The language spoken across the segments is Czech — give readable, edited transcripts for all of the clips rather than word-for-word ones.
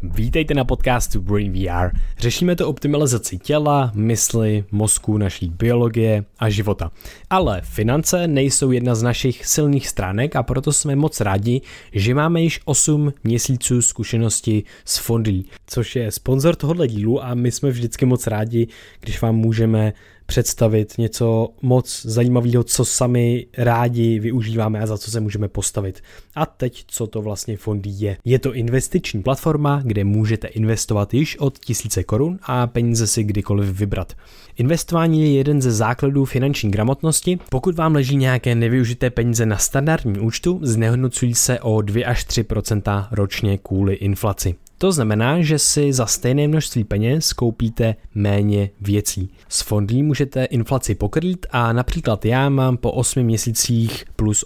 Vítejte na podcastu Brain VR. Řešíme to optimalizaci těla, mysli, mozku, naší biologie a života. Ale finance nejsou jedna z našich silných stránek a proto jsme moc rádi, že máme již 8 měsíců zkušenosti s Fondly, což je sponzor tohoto dílu a my jsme vždycky moc rádi, když vám můžeme představit něco moc zajímavého, co sami rádi využíváme a za co se můžeme postavit. A teď, co to vlastně Fondly je. Je to investiční platforma, kde můžete investovat již od 1000 korun a peníze si kdykoliv vybrat. Investování je jeden ze základů finanční gramotnosti. Pokud vám leží nějaké nevyužité peníze na standardním účtu, znehodnocují se o 2 až 3% ročně kvůli inflaci. To znamená, že si za stejné množství peněz koupíte méně věcí. S Fondly můžete inflaci pokrýt a například já mám po 8 měsících plus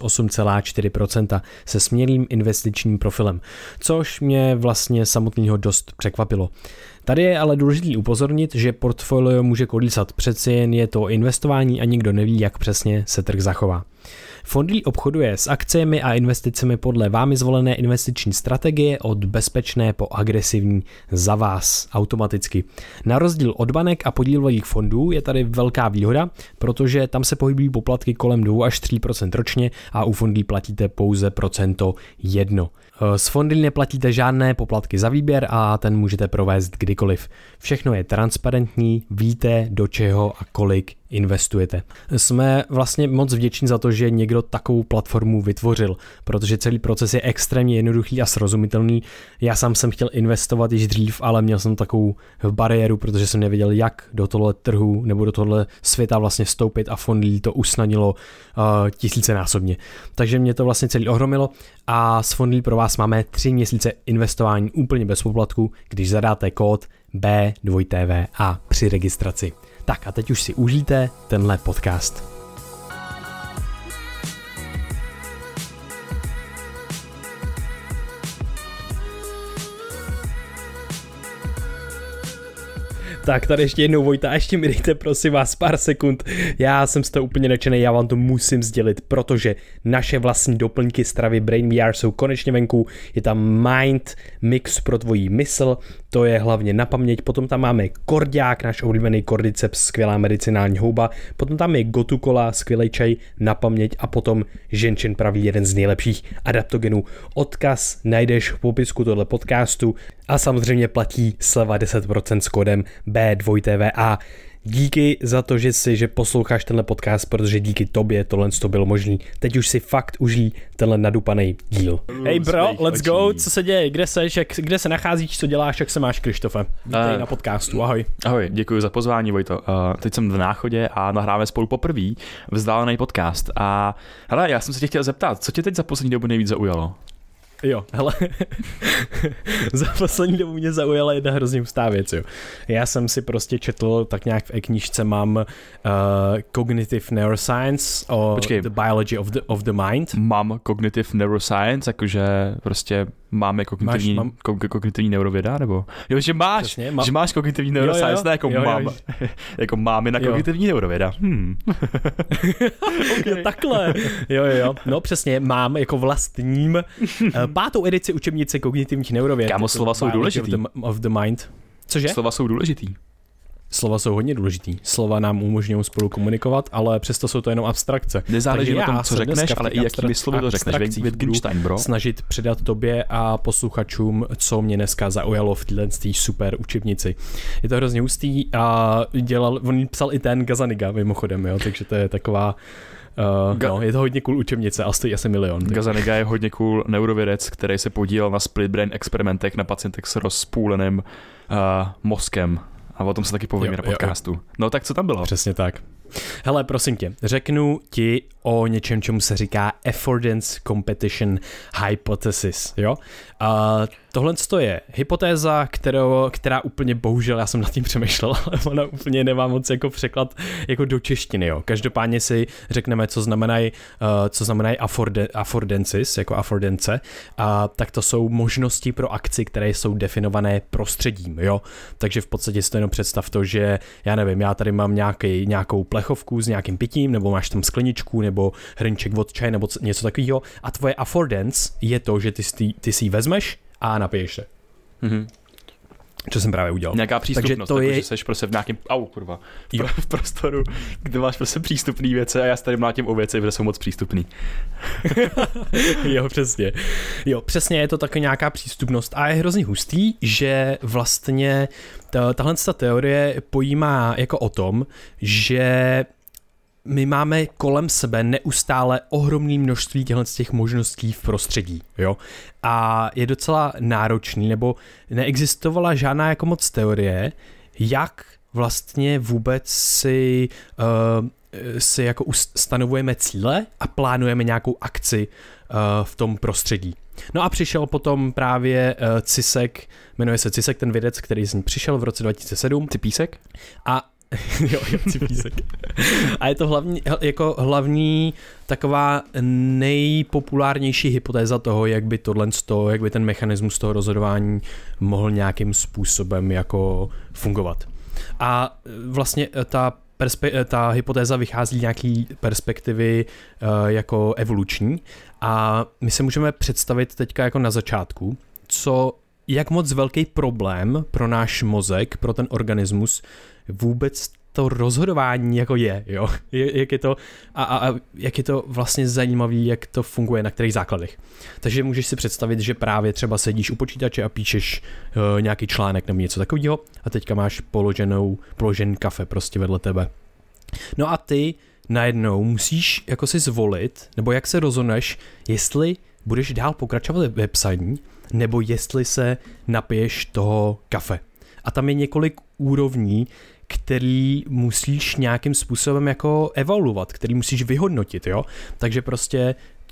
8,4% se směrným investičním profilem, což mě vlastně samotného dost překvapilo. Tady je ale důležité upozornit, že portfolio může kolísat, přeci jen je to investování a nikdo neví, jak přesně se trh zachová. Fondly obchoduje s akciemi a investicemi podle vámi zvolené investiční strategie od bezpečné po agresivní za vás automaticky. Na rozdíl od banek a podílových fondů je tady velká výhoda, protože tam se pohybují poplatky kolem 2 až 3% ročně a u Fondly platíte pouze 1%. S Fondly neplatíte žádné poplatky za výběr a ten můžete provést kdykoliv. Všechno je transparentní, víte, do čeho a kolik investujete. Jsme vlastně moc vděční za to, že někdo takovou platformu vytvořil, protože celý proces je extrémně jednoduchý a srozumitelný. Já sám jsem chtěl investovat již dřív, ale měl jsem takovou bariéru, protože jsem nevěděl, jak do tohle trhu nebo do tohle světa vlastně vstoupit a Fondly to usnadnilo tisícenásobně. Takže mě to vlastně celý ohromilo a s Fondly pro vás máme 3 měsíce investování úplně bez poplatku, když zadáte kód B2TVA při registraci. Tak a teď už si užijte tenhle podcast. Tak tady ještě jednou Vojta, a ještě mi dejte prosím vás pár sekund, já jsem z toho úplně nadšený, já vám to musím sdělit, protože naše vlastní doplňky stravy Brain VR jsou konečně venku, je tam Mind Mix pro tvoji mysl, to je hlavně na paměť, potom tam máme Kordiák, náš oblíbený Cordyceps, skvělá medicinální houba, potom tam je Gotu Kola, skvělý čaj na paměť a potom Ženčen pravý, jeden z nejlepších adaptogenů. Odkaz najdeš v popisku tohle podcastu a samozřejmě platí sleva 10% s kódem B2TVA. Díky za to, že posloucháš tenhle podcast, protože díky tobě tohle bylo možný. Teď už si fakt užij tenhle nadupaný díl. Hey bro, let's go, co se děje, kde seš, kde se nacházíš, co děláš, jak se máš, Krištofe? Vítej na podcastu, ahoj. Ahoj, děkuji za pozvání, Vojto. Teď jsem v Náchodě a nahráme spolu poprvé vzdálený podcast. A hele, já jsem se tě chtěl zeptat, co tě teď za poslední dobu nejvíc zaujalo? Jo, hele, za poslední dobu mě zaujala jedna hrozně hustá věc, jo. Já jsem si prostě četl, tak nějak v e-knížce mám Cognitive Neuroscience o The Biology of the Mind. Mám Cognitive Neuroscience, jakože prostě máme kognitivní neurověda, nebo? Jo, že máš, přesně, že máš kognitivní neuroscience, ne jako mám. Jako máme na kognitivní neurověda. Okay. Takhle. Jo. No přesně, mám jako vlastním 5. edici učebnice kognitivních neurověd. Kámo, slova jsou důležitý. Of the mind. Cože? Slova jsou důležitý. Slova jsou hodně důležitý. Slova nám umožňují spolu komunikovat, ale přesto jsou to jenom abstrakce. Nezáleží na tom, co řekneš, ale i jakými slovy to řekneš. Wittgenstein, bro. Snažit předat tobě a posluchačům, co mě dneska zaujalo v této super učebnici. Je to hrozně hustý a on psal i ten Gazaniga mimochodem, jo, takže to je taková je to hodně cool učebnice a stojí asi 1 milion. Gazaniga je hodně cool neurovědec, který se podílel na split brain experimentech na pacientech s rozpůleným mozkem. A o tom se taky povíme na podcastu. Jo. No tak co tam bylo? Přesně tak. Hele, prosím tě, řeknu ti o něčem, čemu se říká Affordance Competition Hypothesis, jo? Tohle je hypotéza, která úplně bohužel, já jsem nad tím přemýšlel, ale ona úplně nemá moc jako překlad jako do češtiny, jo. Každopádně si řekneme, co znamenají affordances, jako affordance, tak to jsou možnosti pro akci, které jsou definované prostředím, jo. Takže v podstatě si to jenom představ to, že já nevím, já tady mám nějakou plechovku s nějakým pitím, nebo máš tam skleničku, nebo hrnček od čaje, nebo něco takového a tvoje affordance je to, že ty si ji vezmeš a napiješ se. Mm-hmm. Co jsem právě udělal. Nějaká přístupnost, takže že seš prostě v nějakém v prostoru, kde máš prostě přístupný věci a já tady mlátím o věci, které jsou moc přístupný. Jo, přesně. Jo, přesně je to taky nějaká přístupnost a je hrozně hustý, že vlastně tahle teorie pojímá jako o tom, že my máme kolem sebe neustále ohromné množství těch možností v prostředí, jo. A je docela náročný, nebo neexistovala žádná jako moc teorie, jak vlastně vůbec si jako stanovujeme cíle a plánujeme nějakou akci v tom prostředí. No a přišel potom právě Cissek, jmenuje se Cissek, ten vědec, který z ní přišel v roce 2007. Cipísek? A jo, Cipísek. A je to hlavní taková nejpopulárnější hypotéza toho, jak by ten mechanismus toho rozhodování mohl nějakým způsobem jako fungovat. A vlastně ta hypotéza vychází z nějaký perspektivy jako evoluční a my se můžeme představit teďka jako na začátku, jak moc velký problém pro náš mozek, pro ten organismus vůbec to rozhodování jako je, jo? Jak je to a jak je to vlastně zajímavý, jak to funguje, na kterých základech. Takže můžeš si představit, že právě třeba sedíš u počítače a píšeš nějaký článek nebo něco takového a teďka máš položený kafe prostě vedle tebe. No a ty najednou musíš jako si zvolit, nebo jak se rozhodneš, jestli budeš dál pokračovat ve psaní, nebo jestli se napiješ toho kafe. A tam je několik úrovní, který musíš nějakým způsobem jako evaluovat, který musíš vyhodnotit, jo? Takže prostě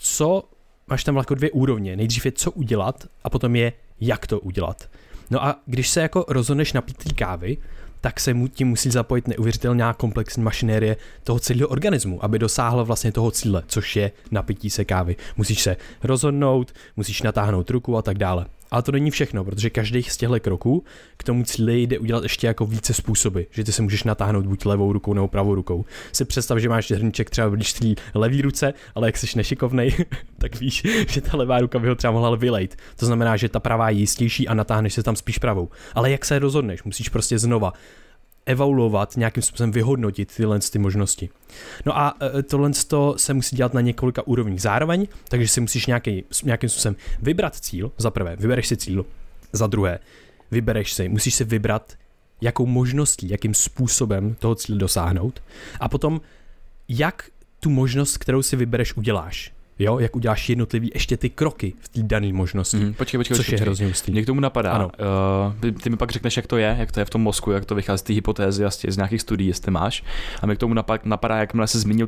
máš tam jako 2 úrovně. Nejdřív je co udělat a potom je jak to udělat. No a když se jako rozhodneš napít té kávy, tak se tím musí zapojit neuvěřitelná komplexní mašinérie toho celého organismu, aby dosáhla vlastně toho cíle, což je napití se kávy. Musíš se rozhodnout, musíš natáhnout ruku a tak dále. Ale to není všechno, protože každý z těchto kroků k tomu cíli jde udělat ještě jako více způsoby, že ty se můžeš natáhnout buď levou rukou nebo pravou rukou. Si představ, že máš hrníček třeba blíž té levý ruce, ale jak jsi nešikovnej, tak víš, že ta levá ruka by ho třeba mohla vylejt. To znamená, že ta pravá je jistější a natáhneš se tam spíš pravou. Ale jak se rozhodneš? Musíš prostě znova evaluovat, nějakým způsobem vyhodnotit ty možnosti. No a tohle se musí dělat na několika úrovních zároveň, takže si musíš nějakým způsobem vybrat cíl, za prvé, vybereš si cíl, za druhé, musíš si vybrat, jakou možností, jakým způsobem toho cíle dosáhnout a potom, jak tu možnost, kterou si vybereš, uděláš. Jo, jak uděláš jednotlivý ještě ty kroky v té dané možnosti. Počkej. Je hrozně hustý. Mě k tomu napadá. Ty mi pak řekneš, jak to je v tom mozku, jak to vychází z té hypotézy a z nějakých studií, jestli máš. A mě k tomu napadá, jakmile se zmínil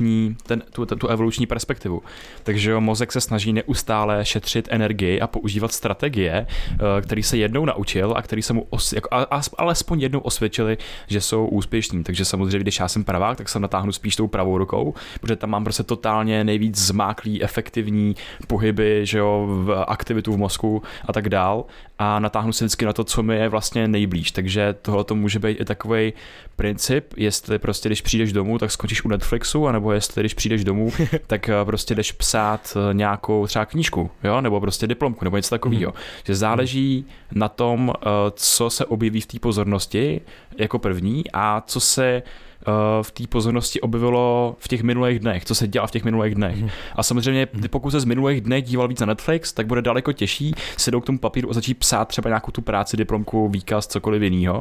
tu evoluční perspektivu. Takže mozek se snaží neustále šetřit energii a používat strategie, který se jednou naučil a který se mu alespoň jednou osvědčili, že jsou úspěšní. Takže samozřejmě, když já jsem pravák, tak se natáhnu spíš tou pravou rukou, protože tam mám prostě totálně nejvíc zmáklý, efektivní pohyby, že jo, aktivitu v mozku a tak dál a natáhnu se vždycky na to, co mi je vlastně nejblíž. Takže tohle to může být i takovej princip, jestli prostě když přijdeš domů, tak skončíš u Netflixu, anebo jestli když přijdeš domů, tak prostě jdeš psát nějakou třeba knížku, jo, nebo prostě diplomku, nebo něco takového. Že záleží na tom, co se objeví v té pozornosti jako první a co se v té pozornosti objevilo v těch minulých dnech, co se dělá v těch minulých dnech. A samozřejmě, pokud se z minulých dnech díval víc na Netflix, tak bude daleko těžší sednout k tomu papíru a začít psát třeba nějakou tu práci, diplomku, výkaz, cokoliv jinýho,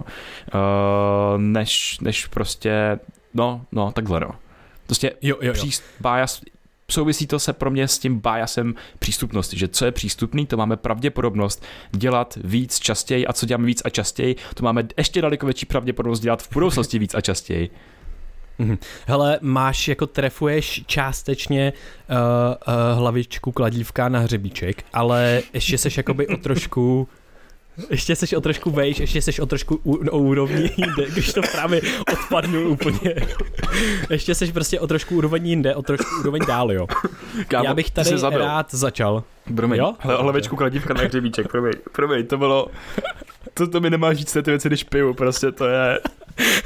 než prostě, takhle. Prostě bias, souvisí to se pro mě s tím biasem přístupnosti, že co je přístupný, to máme pravděpodobnost dělat víc častěji a co děláme víc a častěji, to máme ještě daleko větší pravděpodobnost dělat v budoucnosti víc a častěji. Hele, trefuješ částečně hlavičku kladívka na hřebíček, ale ještě seš jakoby o trošku vejš, ještě seš o trošku o úrovni jinde, když to právě odpadnul úplně. Ještě seš prostě o trošku úroveň jinde, o trošku úroveň dál, jo. Kámo, já bych tady rád začal. Promiň, hlavičku kladívka na hřebíček, promiň, to bylo... To mi nemáš říct ty věci, když piju, prostě to je...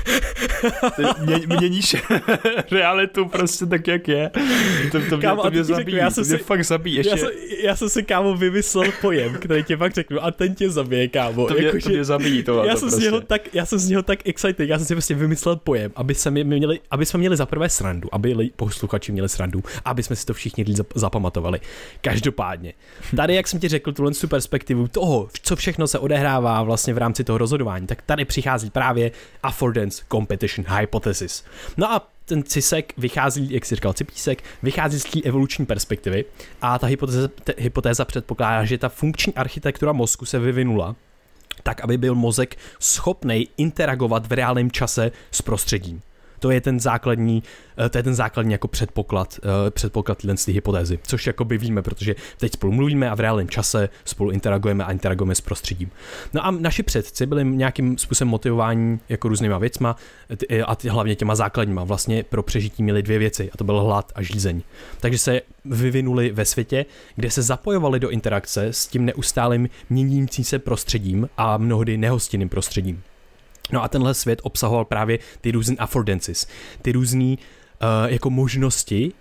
Měníš realitu prostě tak, jak je. To mě zabíjí, to mě fakt zabíjí. Já jsem si, kámo, vymyslel pojem, který tě fakt řeknu a ten tě zabije, kámo. To mě zabíjí tohle. Já jsem z něho tak excited, já jsem si prostě vymyslel pojem, aby jsme měli za prvé srandu, aby posluchači měli srandu, aby jsme si to všichni zapamatovali. Každopádně, tady, jak jsem ti řekl, tuhle perspektivu toho, co všechno se odehrává vlastně v rámci toho rozhodování, tak tady přichází právě affordance competition hypothesis. No a ten CISEK vychází, jak si říkal Cipísek, vychází z té evoluční perspektivy a ta hypotéza předpokládá, že ta funkční architektura mozku se vyvinula tak, aby byl mozek schopný interagovat v reálném čase s prostředím. To je ten základní jako předpoklad téhle hypotézy, což jakoby víme, protože teď spolu mluvíme a v reálném čase spolu interagujeme s prostředím. No a naši předci byli nějakým způsobem motivováni jako různýma věcma a hlavně těma základníma. Vlastně pro přežití měli dvě věci a to byl hlad a žízeň. Takže se vyvinuli ve světě, kde se zapojovali do interakce s tím neustálým měnícím se prostředím a mnohdy nehostinným prostředím. No a tenhle svět obsahoval právě ty různé affordances, ty různé jako možnosti,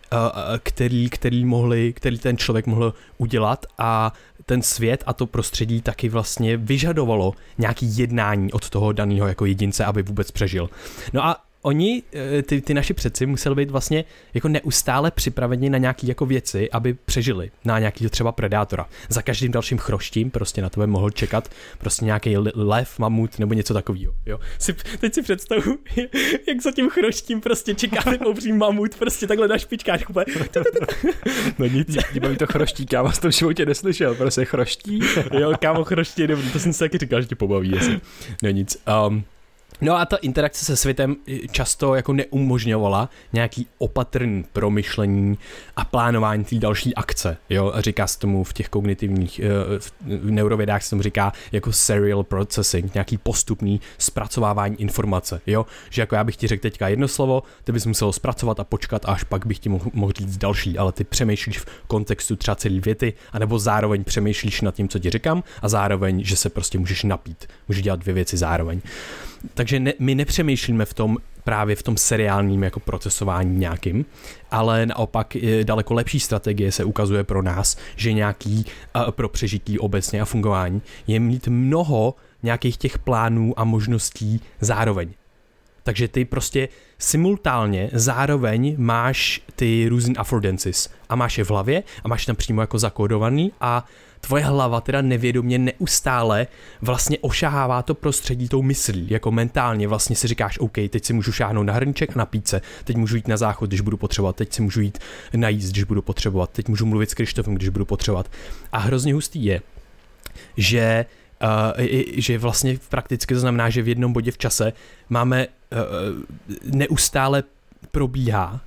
který ten člověk mohl udělat a ten svět a to prostředí taky vlastně vyžadovalo nějaký jednání od toho daného jako jedince, aby vůbec přežil. No a oni, ty naši předci, museli být vlastně jako neustále připraveni na nějaké jako věci, aby přežili, na nějakého třeba predátora. Za každým dalším chroštím prostě na tebe mohl čekat prostě nějaký lev, mamut nebo něco takového. Jo? Teď si představu, jak za tím chroštím prostě čeká ten obří mamut prostě takhle na špičkách. No nic. Mě to chroští, kámo, jsem to v životě neslyšel, prostě chroští. Jo, kámo, chroští je dobrý, to jsem si taky říkal, že tě pobaví, jestli. No nic. No a ta interakce se světem často jako neumožňovala nějaký opatrný promyšlení a plánování té další akce, jo, a říká se tomu v těch kognitivních v neurovědách se tomu říká jako serial processing, nějaký postupný zpracovávání informace, jo, že jako já bych ti řekl teďka jedno slovo, ty bys musel zpracovat a počkat, až pak bych ti mohl říct další, ale ty přemýšlíš v kontextu třeba celý věty, anebo zároveň přemýšlíš nad tím, co ti říkám, a zároveň, že se prostě můžeš napít, můžeš dělat dvě věci zároveň. Takže my nepřemýšlíme právě v tom seriálním jako procesování nějakým, ale naopak daleko lepší strategie se ukazuje pro nás, že nějaký pro přežití obecně a fungování je mít mnoho nějakých těch plánů a možností zároveň. Takže ty prostě simultánně zároveň máš ty různý affordances a máš je v hlavě a máš tam přímo jako zakódovaný a tvoje hlava teda nevědomě neustále vlastně ošahává to prostředí tou myslí, jako mentálně vlastně si říkáš, OK, teď si můžu šáhnout na hrnček a napít se, teď můžu jít na záchod, když budu potřebovat, teď si můžu jít najíst, když budu potřebovat, teď můžu mluvit s Krištofem, když budu potřebovat. A hrozně hustý je, že vlastně prakticky to znamená, že v jednom bodě v čase máme neustále probíhá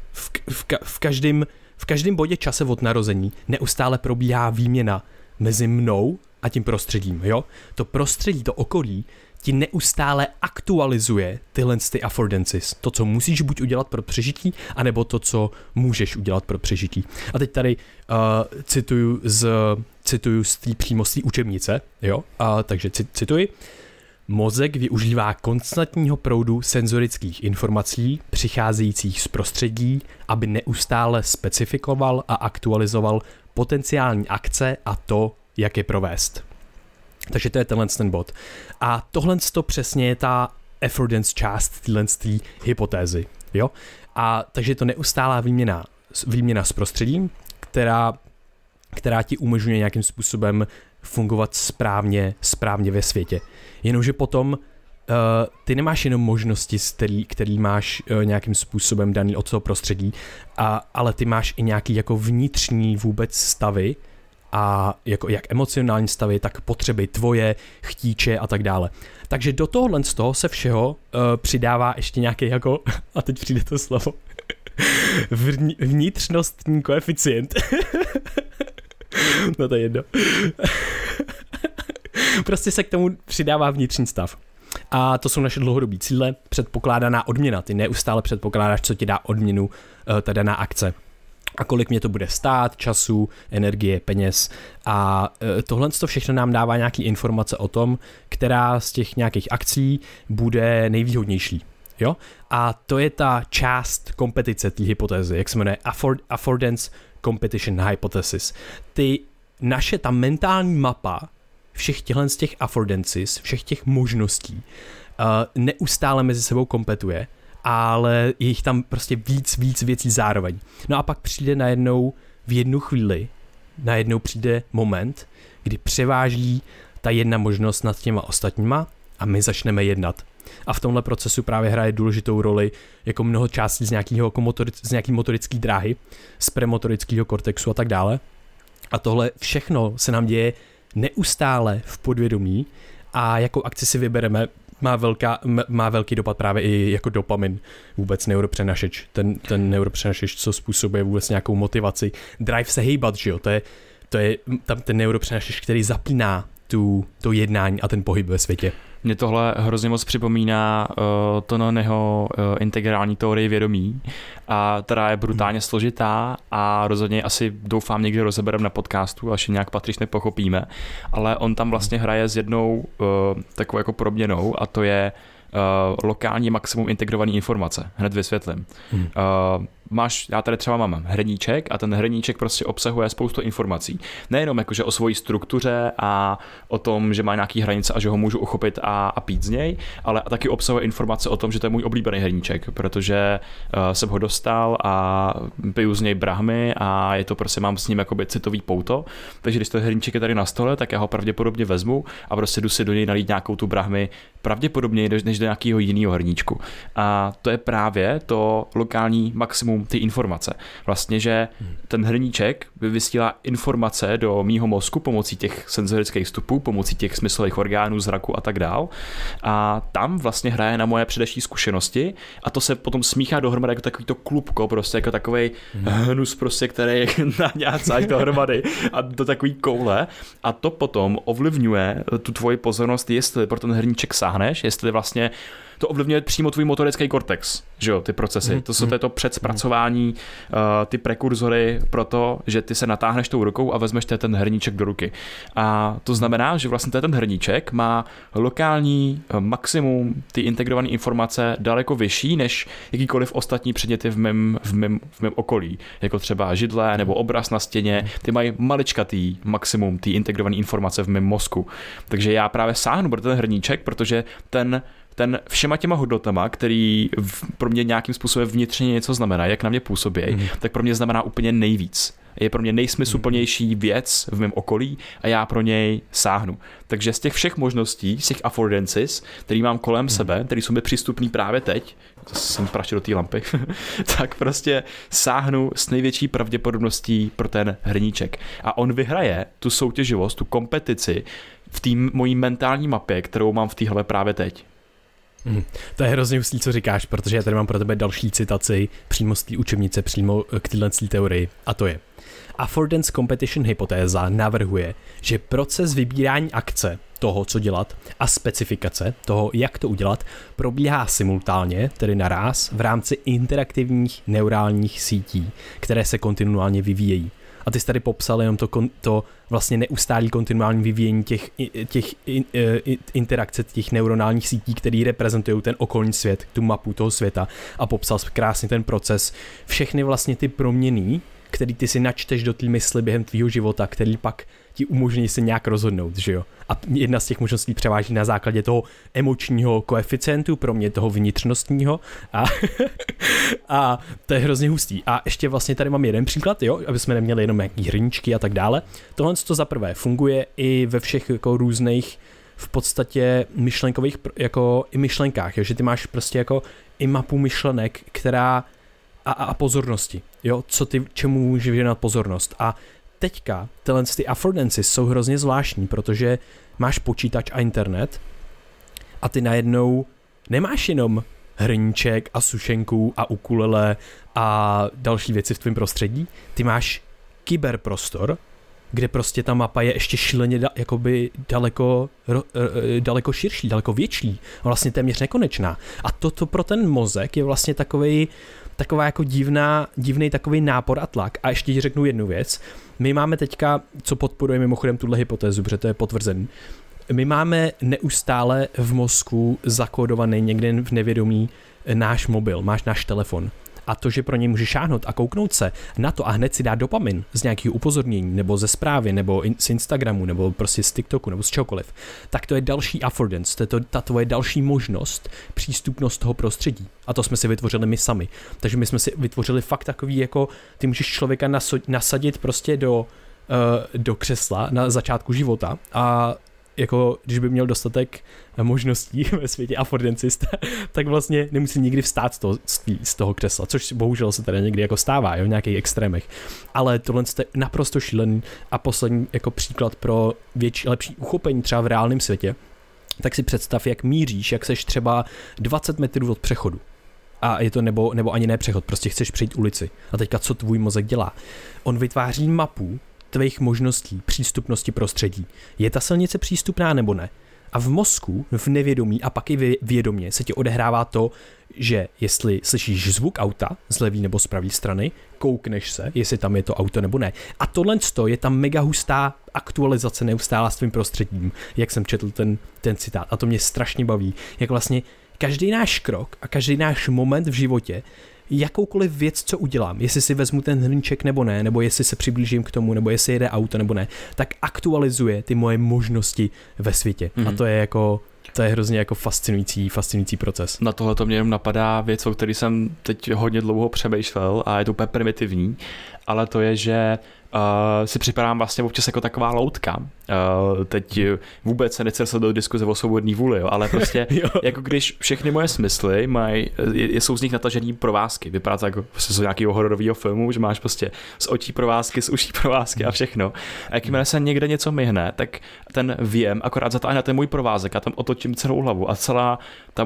v každém bodě čase od narození neustále probíhá výměna mezi mnou a tím prostředím, jo? To prostředí, to okolí ti neustále aktualizuje tyhle affordances. To, co musíš buď udělat pro přežití, anebo to, co můžeš udělat pro přežití. A teď tady cituju přímo z té učebnice, jo? Takže cituji. Mozek využívá konstantního proudu senzorických informací přicházejících z prostředí, aby neustále specifikoval a aktualizoval potenciální akce a to, jak je provést. Takže to je ten bod. A tohle přesně je ta affordance část téhle hypotézy. Jo? A takže je to neustálá výměna s prostředím, která ti umožňuje nějakým způsobem fungovat správně ve světě. Jenomže potom ty nemáš jenom možnosti, který máš nějakým způsobem daný od toho prostředí, ale ty máš i nějaký jako vnitřní vůbec stavy a jako jak emocionální stavy, tak potřeby tvoje, chtíče a tak dále. Takže do tohohle z toho se všeho přidává ještě nějaký jako, a teď přijde to slovo, vnitřnostní koeficient. No to je jedno. Prostě se k tomu přidává vnitřní stav. A to jsou naše dlouhodobí cíle, předpokládaná odměna. Ty neustále předpokládáš, co ti dá odměnu ta daná akce. A kolik mě to bude stát, času, energie, peněz. A tohle všechno nám dává nějaké informace o tom, která z těch nějakých akcí bude nejvýhodnější. Jo? A to je ta část kompetice té hypotézy, jak se jmenuje Affordance Competition Hypothesis. Ta mentální mapa všech z těch affordances, všech těch možností neustále mezi sebou kompetuje, ale je jich tam prostě víc věcí zároveň. No a pak přijde najednou v jednu chvíli, najednou přijde moment, kdy převáží ta jedna možnost nad těma ostatníma a my začneme jednat. A v tomhle procesu právě hraje důležitou roli jako mnoho částí z nějaký motorické dráhy, z premotorického kortexu a tak dále. A tohle všechno se nám děje neustále v podvědomí a jakou akci si vybereme, má velký dopad právě i jako dopamin, vůbec neuropřenašeč. Ten neuropřenašeč, co způsobuje vůbec nějakou motivaci. Drive se hejbat, že jo, to je tam ten neuropřenašeč, který zapíná to jednání a ten pohyb ve světě. Mě tohle hrozně moc připomíná Tononeho integrální teorii vědomí, a která je brutálně složitá a rozhodně asi doufám někdy rozebereme na podcastu, až nějak patřičně pochopíme, ale on tam vlastně hraje s jednou takovou jako proměnou a to je lokální maximum integrované informace. Hned vysvětlím. Já tady třeba mám hrníček a ten hrníček prostě obsahuje spoustu informací. Nejenom jakože o svojí struktuře a o tom, že má nějaký hranice a že ho můžu uchopit a pít z něj, ale taky obsahuje informace o tom, že to je můj oblíbený hrníček, protože jsem ho dostal a piju z něj brahmy a je to prostě, mám s ním jakoby citový pouto, takže když ten hrníček je tady na stole, tak já ho pravděpodobně vezmu a prostě jdu si do něj nalít nějakou tu brahmy pravděpodobně než do nějakého jiného hrníčku. A to je právě to lokální maximum ty informace. Vlastně, že ten hrníček vysílá informace do mýho mozku pomocí těch senzorických vstupů, pomocí těch smyslových orgánů, zraku a tak dál. A tam vlastně hraje na moje předešlé zkušenosti a to se potom smíchá dohromady jako takový to klubko, prostě jako takovej hnus, prostě, který je naňácáš dohromady a do takový koule a to potom ovlivňuje tu tvoji pozornost, jestli pro ten hrníček sáhneš, jestli vlastně to ovlivňuje přímo tvůj motorický kortex, že jo, ty procesy. To je to předzpracování, ty prekurzory pro to, že ty se natáhneš tou rukou a vezmeš ten hrníček do ruky. A to znamená, že vlastně ten hrníček má lokální maximum ty integrované informace daleko vyšší než jakýkoliv ostatní předměty v mém okolí, jako třeba židle nebo obraz na stěně. Ty mají maličkatý maximum ty integrované informace v mém mozku. Takže já právě sáhnu pro ten hrníček, protože ten všema těma hodnotama, který pro mě nějakým způsobem vnitřně něco znamená, jak na mě působí, tak pro mě znamená úplně nejvíc. Je pro mě nejsmysluplnější věc v mém okolí a já pro něj sáhnu. Takže z těch všech možností, z těch affordances, který mám kolem sebe, který jsou mi přístupný právě teď, jsem praštil do té lampy, tak prostě sáhnu s největší pravděpodobností pro ten hrníček. A on vyhraje tu soutěživost, tu kompetici v té mojí mentální mapě, kterou mám v té hlavě právě teď. To je hrozně hustý, co říkáš, protože já tady mám pro tebe další citaci přímo z té učebnice, přímo k téhle teorii, a to je: Affordance Competition hypotéza navrhuje, že proces vybírání akce, toho, co dělat, a specifikace toho, jak to udělat, probíhá simultánně, tedy naráz, v rámci interaktivních neurálních sítí, které se kontinuálně vyvíjejí. A ty jsi tady popsal jenom to vlastně neustálý kontinuální vyvíjení těch interakce, těch neuronálních sítí, které reprezentují ten okolní svět, tu mapu toho světa, a popsal krásně ten proces. Všechny vlastně ty proměny, který ty si načteš do té mysli během tvýho života, který pak ti umožní se nějak rozhodnout, že jo? A jedna z těch možností převáží na základě toho emočního koeficientu, pro mě toho vnitřnostního, a to je hrozně hustý. A ještě vlastně tady mám jeden příklad, jo, aby jsme neměli jenom nějaký hrníčky a tak dále. Tohle to za prvé funguje i ve všech jako různých v podstatě myšlenkových jako i myšlenkách, jo? Že ty máš prostě jako i mapu myšlenek, která a pozornosti, jo, čemu může věnovat pozornost. A teďka ty affordances jsou hrozně zvláštní, protože máš počítač a internet a ty najednou nemáš jenom hrníček a sušenku a ukulele a další věci v tvém prostředí, ty máš kyberprostor, kde prostě ta mapa je ještě šíleně jakoby daleko širší, daleko větší, vlastně téměř nekonečná. A toto pro ten mozek je vlastně taková jako divný takový nápor a tlak. A ještě ti řeknu jednu věc. My máme teďka, co podporuje mimochodem tuhle hypotézu, protože to je potvrzený, my máme neustále v mozku zakódovaný někde v nevědomí náš mobil, máš náš telefon. A to, že pro něj můžeš šáhnout a kouknout se na to a hned si dát dopamin z nějakého upozornění, nebo ze zprávy, nebo z Instagramu, nebo prostě z TikToku, nebo z čokoliv, tak to je další affordance, to je ta tvoje další možnost, přístupnost toho prostředí. A to jsme si vytvořili my sami. Takže my jsme si vytvořili fakt takový, jako ty můžeš člověka nasadit prostě do křesla na začátku života a jako když by měl dostatek možností ve světě affordancist, tak vlastně nemusí nikdy vstát z toho křesla, což bohužel se tady někdy jako stává, jo, v nějakých extrémech. Ale tohle je naprosto šílený a poslední jako příklad pro lepší uchopení třeba v reálném světě, tak si představ, jak míříš, jak seš třeba 20 metrů od přechodu. A je to nebo ani ne přechod, prostě chceš přejít ulici. A teďka co tvůj mozek dělá? On vytváří mapu tvých možností, přístupnosti prostředí. Je ta silnice přístupná nebo ne? A v mozku, v nevědomí a pak i vědomě se ti odehrává to, že jestli slyšíš zvuk auta z levé nebo z pravé strany, koukneš se, jestli tam je to auto nebo ne. A tohle je tam mega hustá aktualizace neustála s tvým prostředím, jak jsem četl ten citát. A to mě strašně baví, jak vlastně každý náš krok a každý náš moment v životě, jakoukoliv věc, co udělám, jestli si vezmu ten hrníček nebo ne, nebo jestli se přiblížím k tomu, nebo jestli jede auto nebo ne, tak aktualizuje ty moje možnosti ve světě. A to je hrozně jako fascinující proces. Na tohle to mě jenom napadá věc, o který jsem teď hodně dlouho přemýšlel a je to úplně primitivní, ale to je, že si připadám vlastně občas jako taková loutka. Teď vůbec se nechci do diskuze o svobodný vůli, jo, ale prostě jako když všechny moje smysly jsou z nich natažený provázky. Vypadá to jako z nějakého hororového filmu, že máš prostě z očí provázky, z uší provázky a všechno. A jakmile se někde něco myhne, tak ten věm akorát zatáhne ten můj provázek a tam otočím celou hlavu a celé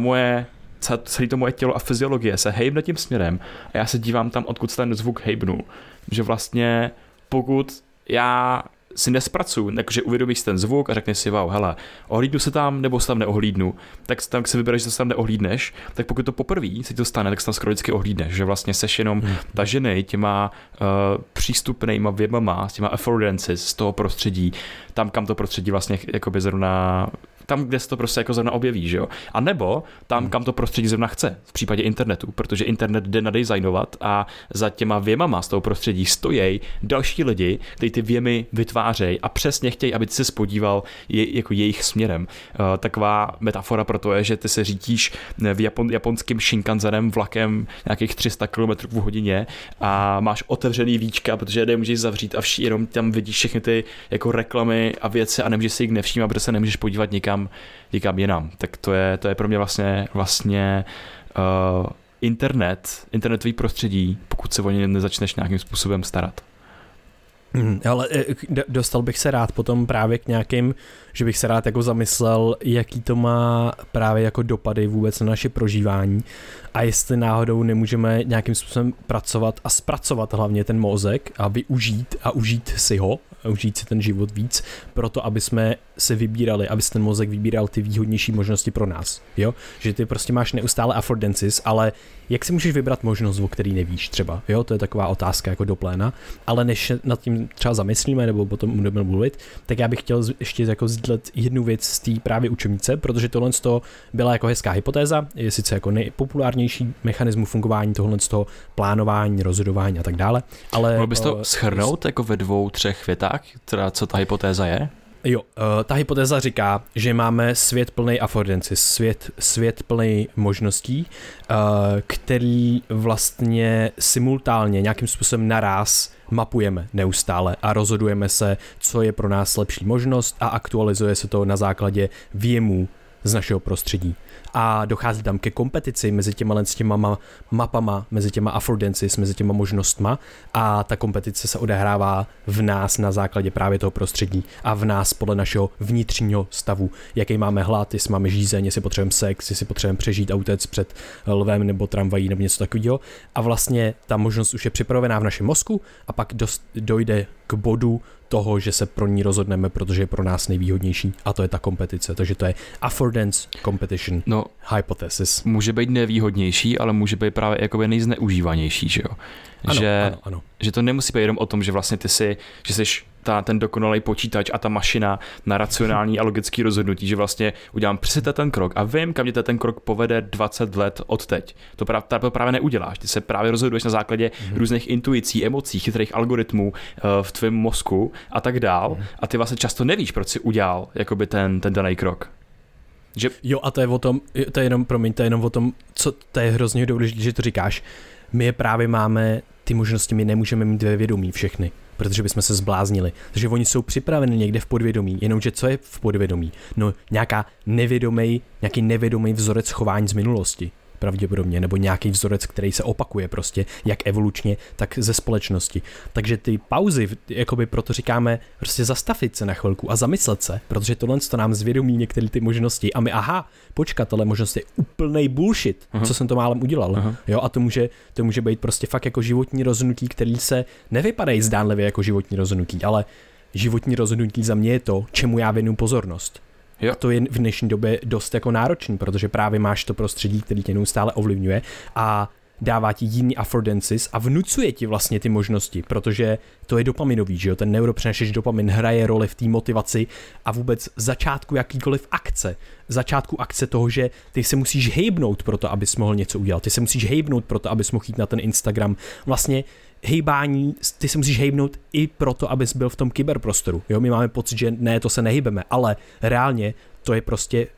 to moje tělo a fyziologie se hejbne tím směrem a já se dívám tam, odkud ten zvuk hejbnul. Že vlastně pokud já si nespracuju, jakože uvědomíš ten zvuk a řekneš si, wow, hele, ohlídnu se tam nebo se tam neohlídnu, tak si vybereš, že se tam neohlídneš, tak pokud to poprvé se to stane, tak se tam skoro vždycky ohlídneš, že vlastně seš jenom tažený těma přístupnýma věmama, s těma affordances z toho prostředí, tam, kam to prostředí vlastně jakoby zrovna tam, kde se to prostě jako zrovna objeví, že jo? A nebo tam, kam to prostředí zrovna chce, v případě internetu, protože internet jde nadizajnovat a za těma věmama z toho prostředí stojí další lidi, kteří ty věmy vytvářejí a přesně chtějí, aby ty se spodíval jako jejich směrem. Taková metafora pro to je, že ty se řídíš v japonským Shinkansenem vlakem nějakých 300 km v hodině a máš otevřený víčka, protože nemůžeš zavřít a jenom tam vidíš všechny ty jako reklamy a věci a nemůžeš si jich nevšímat, protože se nemůžeš podívat nikam jinam. Tak to je pro mě vlastně internetový prostředí, pokud se o ně nezačneš nějakým způsobem starat. Ale dostal bych se rád potom právě k nějakým, že bych se rád jako zamyslel, jaký to má právě jako dopady vůbec na naše prožívání a jestli náhodou nemůžeme nějakým způsobem pracovat a zpracovat hlavně ten mozek a užít si ho, užít si ten život víc, proto aby jsme se vybírali, aby ten mozek vybíral ty výhodnější možnosti pro nás, jo? Že ty prostě máš neustále affordances, ale jak si můžeš vybrat možnost, o který nevíš třeba, jo? To je taková otázka jako do pléna, ale než nad tím třeba zamyslíme nebo potom budeme mluvit, tak já bych chtěl ještě jako sdílet jednu věc z té právě učebnice, protože tohle byla jako hezká hypotéza, je sice jako nejpopulárnější mechanismus fungování tohle z toho plánování, rozhodování a tak dále, ale mohl bys to shrnout jako ve 2-3 větách, teda co ta hypotéza je? Jo, ta hypotéza říká, že máme svět plný affordances, svět plný možností, který vlastně simultánně nějakým způsobem naráz mapujeme neustále a rozhodujeme se, co je pro nás lepší možnost a aktualizuje se to na základě věmů z našeho prostředí. A dochází tam ke kompetici mezi těma mapama, mezi těma affordances, mezi těma možnostma a ta kompetice se odehrává v nás na základě právě toho prostředí a v nás podle našeho vnitřního stavu, jaký máme hlad, jestli máme žízeň, jestli potřebujeme sex, jestli potřebujeme přežít a utéct před lvem nebo tramvají nebo něco takového. A vlastně ta možnost už je připravená v našem mozku a pak dojde k bodu toho, že se pro ní rozhodneme, protože je pro nás nejvýhodnější a to je ta kompetice. Takže to je affordance competition hypothesis. Může být nevýhodnější, ale může být právě jakoby nejzneužívanější, že jo? Ano. Že to nemusí být jenom o tom, že vlastně že jsi ten dokonalý počítač a ta mašina na racionální a logický rozhodnutí, že vlastně udělám přesně ten krok a vím, kam mě ten krok povede 20 let od teď. To právě neuděláš. Ty se právě rozhoduješ na základě různých intuicí, emocí, chytrých algoritmů v tvém mozku a tak dál. A ty vlastně často nevíš, proč jsi udělal jakoby ten daný krok. Že... Jo, a to je o tom, to je jenom o tom, co to je hrozně důležité, že to říkáš. My je právě máme ty možnosti, my nemůžeme mít ve vědomí všechny, protože bychom se zbláznili. Takže oni jsou připraveni někde v podvědomí, jenomže co je v podvědomí? No nějaký nevědomý vzorec chování z minulosti. Pravděpodobně, nebo nějaký vzorec, který se opakuje prostě, jak evolučně, tak ze společnosti. Takže ty pauzy, jakoby proto říkáme, prostě zastavit se na chvilku a zamyslet se, protože tohle to nám zvědomí některé ty možnosti a my, počkat, ale možnost je úplnej bullshit, co jsem to málem udělal. Jo, a to může být prostě fakt jako životní rozhodnutí, který se nevypadají zdánlivě jako životní rozhodnutí, ale životní rozhodnutí za mě je to, čemu já věnuju pozornost. Jo. A to je v dnešní době dost jako náročný, protože právě máš to prostředí, který tě neustále ovlivňuje a dává ti jiný affordances a vnucuje ti vlastně ty možnosti, protože to je dopaminový, že jo, ten neuropřenašeč dopamin hraje roli v té motivaci a vůbec začátku jakýkoliv akce, toho, že ty se musíš hejbnout pro to, abys mohl něco udělat, ty se musíš hejbnout pro to, abys mohl jít na ten Instagram, vlastně hejbání, ty se musíš hejbnout i proto, abys byl v tom kyberprostoru. Jo, my máme pocit, že ne, to se nehybeme, ale reálně to je prostě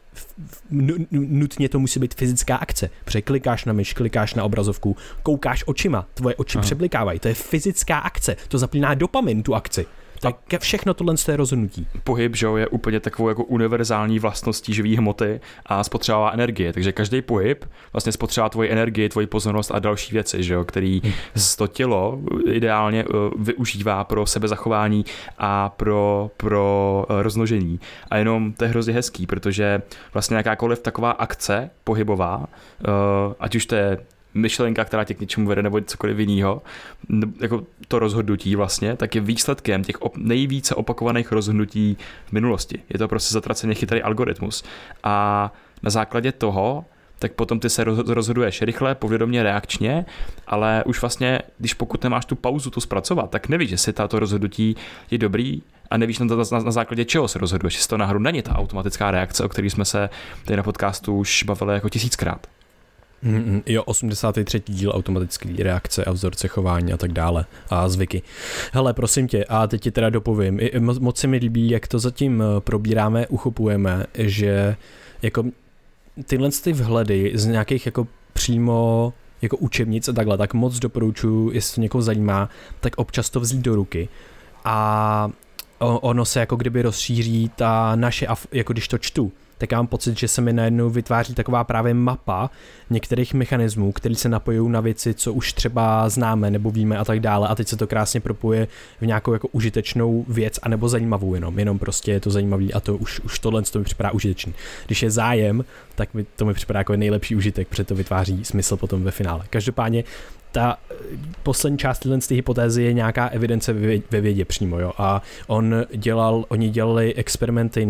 nutně to musí být fyzická akce. Protože klikáš na myš, klikáš na obrazovku, koukáš očima, tvoje oči přeblikávají. To je fyzická akce. To zapíná dopamin tu akci. Tak všechno tohle je rozhodnutí. Pohyb, že jo, je úplně takovou jako univerzální vlastností živý hmoty a spotřebává energie, takže každý pohyb vlastně spotřebává tvoji energii, tvoji pozornost a další věci, že jo, který to tělo ideálně využívá pro sebezachování a pro rozmnožení. A jenom to je hrozně hezký, protože vlastně jakákoliv taková akce pohybová, ať už to je myšlenka, která tě k něčemu vede, nebo cokoliv jiného, jako to rozhodnutí vlastně, tak je výsledkem těch nejvíce opakovaných rozhodnutí v minulosti. Je to prostě zatraceně chytrý algoritmus. A na základě toho, tak potom ty se rozhoduješ rychle, povědomě, reakčně, ale už vlastně, pokud nemáš tu pauzu to zpracovat, tak nevíš, jestli tato rozhodnutí je dobrý a nevíš na základě čeho se rozhoduješ. Jestli to náhodou není ta automatická reakce, o které jsme se tady na podcastu už bavili jako 1000krát. Jo, 83. díl automatické reakce a vzorce chování a tak dále a zvyky. Hele, prosím tě, a teď ti teda dopovím, moc se mi líbí, jak to zatím probíráme, uchopujeme, že jako tyhle ty vhledy z nějakých jako přímo jako učebnic a takhle, tak moc doporučuji, jestli to někoho zajímá, tak občas to vzít do ruky a ono se jako kdyby rozšíří ta naše, jako když to čtu, tak já mám pocit, že se mi najednou vytváří taková právě mapa některých mechanismů, které se napojují na věci, co už třeba známe nebo víme a tak dále a teď se to krásně propojuje v nějakou jako užitečnou věc anebo zajímavou jenom prostě je to zajímavý a to už tohle to mi připadá užitečný. Když je zájem, tak to mi připadá jako nejlepší užitek, protože to vytváří smysl potom ve finále. Každopádně ta poslední část z té hypotézy je nějaká evidence ve vědě přímo, jo, a oni dělali experimenty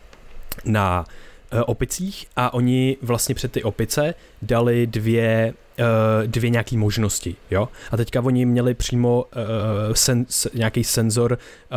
na opicích a oni vlastně před ty opice dali dvě nějaké možnosti, jo? A teďka oni měli přímo nějaký senzor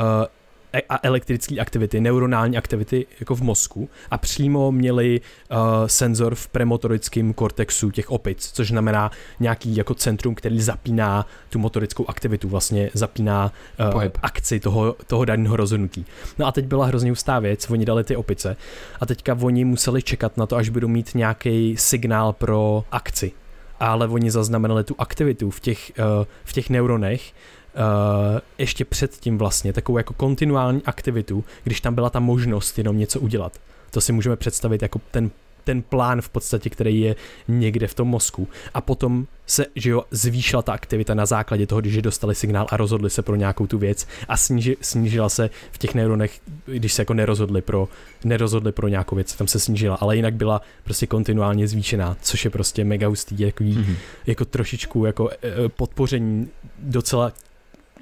a elektrické aktivity, neuronální aktivity jako v mozku a přímo měli senzor v premotorickém kortexu těch opic, což znamená nějaký jako centrum, který zapíná tu motorickou aktivitu, vlastně zapíná akci toho daného rozhodnutí. No a teď byla hrozně hustá věc, oni dali ty opice a teďka oni museli čekat na to, až budou mít nějaký signál pro akci. Ale oni zaznamenali tu aktivitu v těch neuronech ještě předtím vlastně, takovou jako kontinuální aktivitu, když tam byla ta možnost jenom něco udělat. To si můžeme představit jako ten plán v podstatě, který je někde v tom mozku. A potom se, že jo, zvýšila ta aktivita na základě toho, když dostali signál a rozhodli se pro nějakou tu věc a snížila se v těch neuronech, když se jako nerozhodli pro nějakou věc, tam se snížila, ale jinak byla prostě kontinuálně zvýšená, což je prostě mega hustý, jako trošičku jako podpoření docela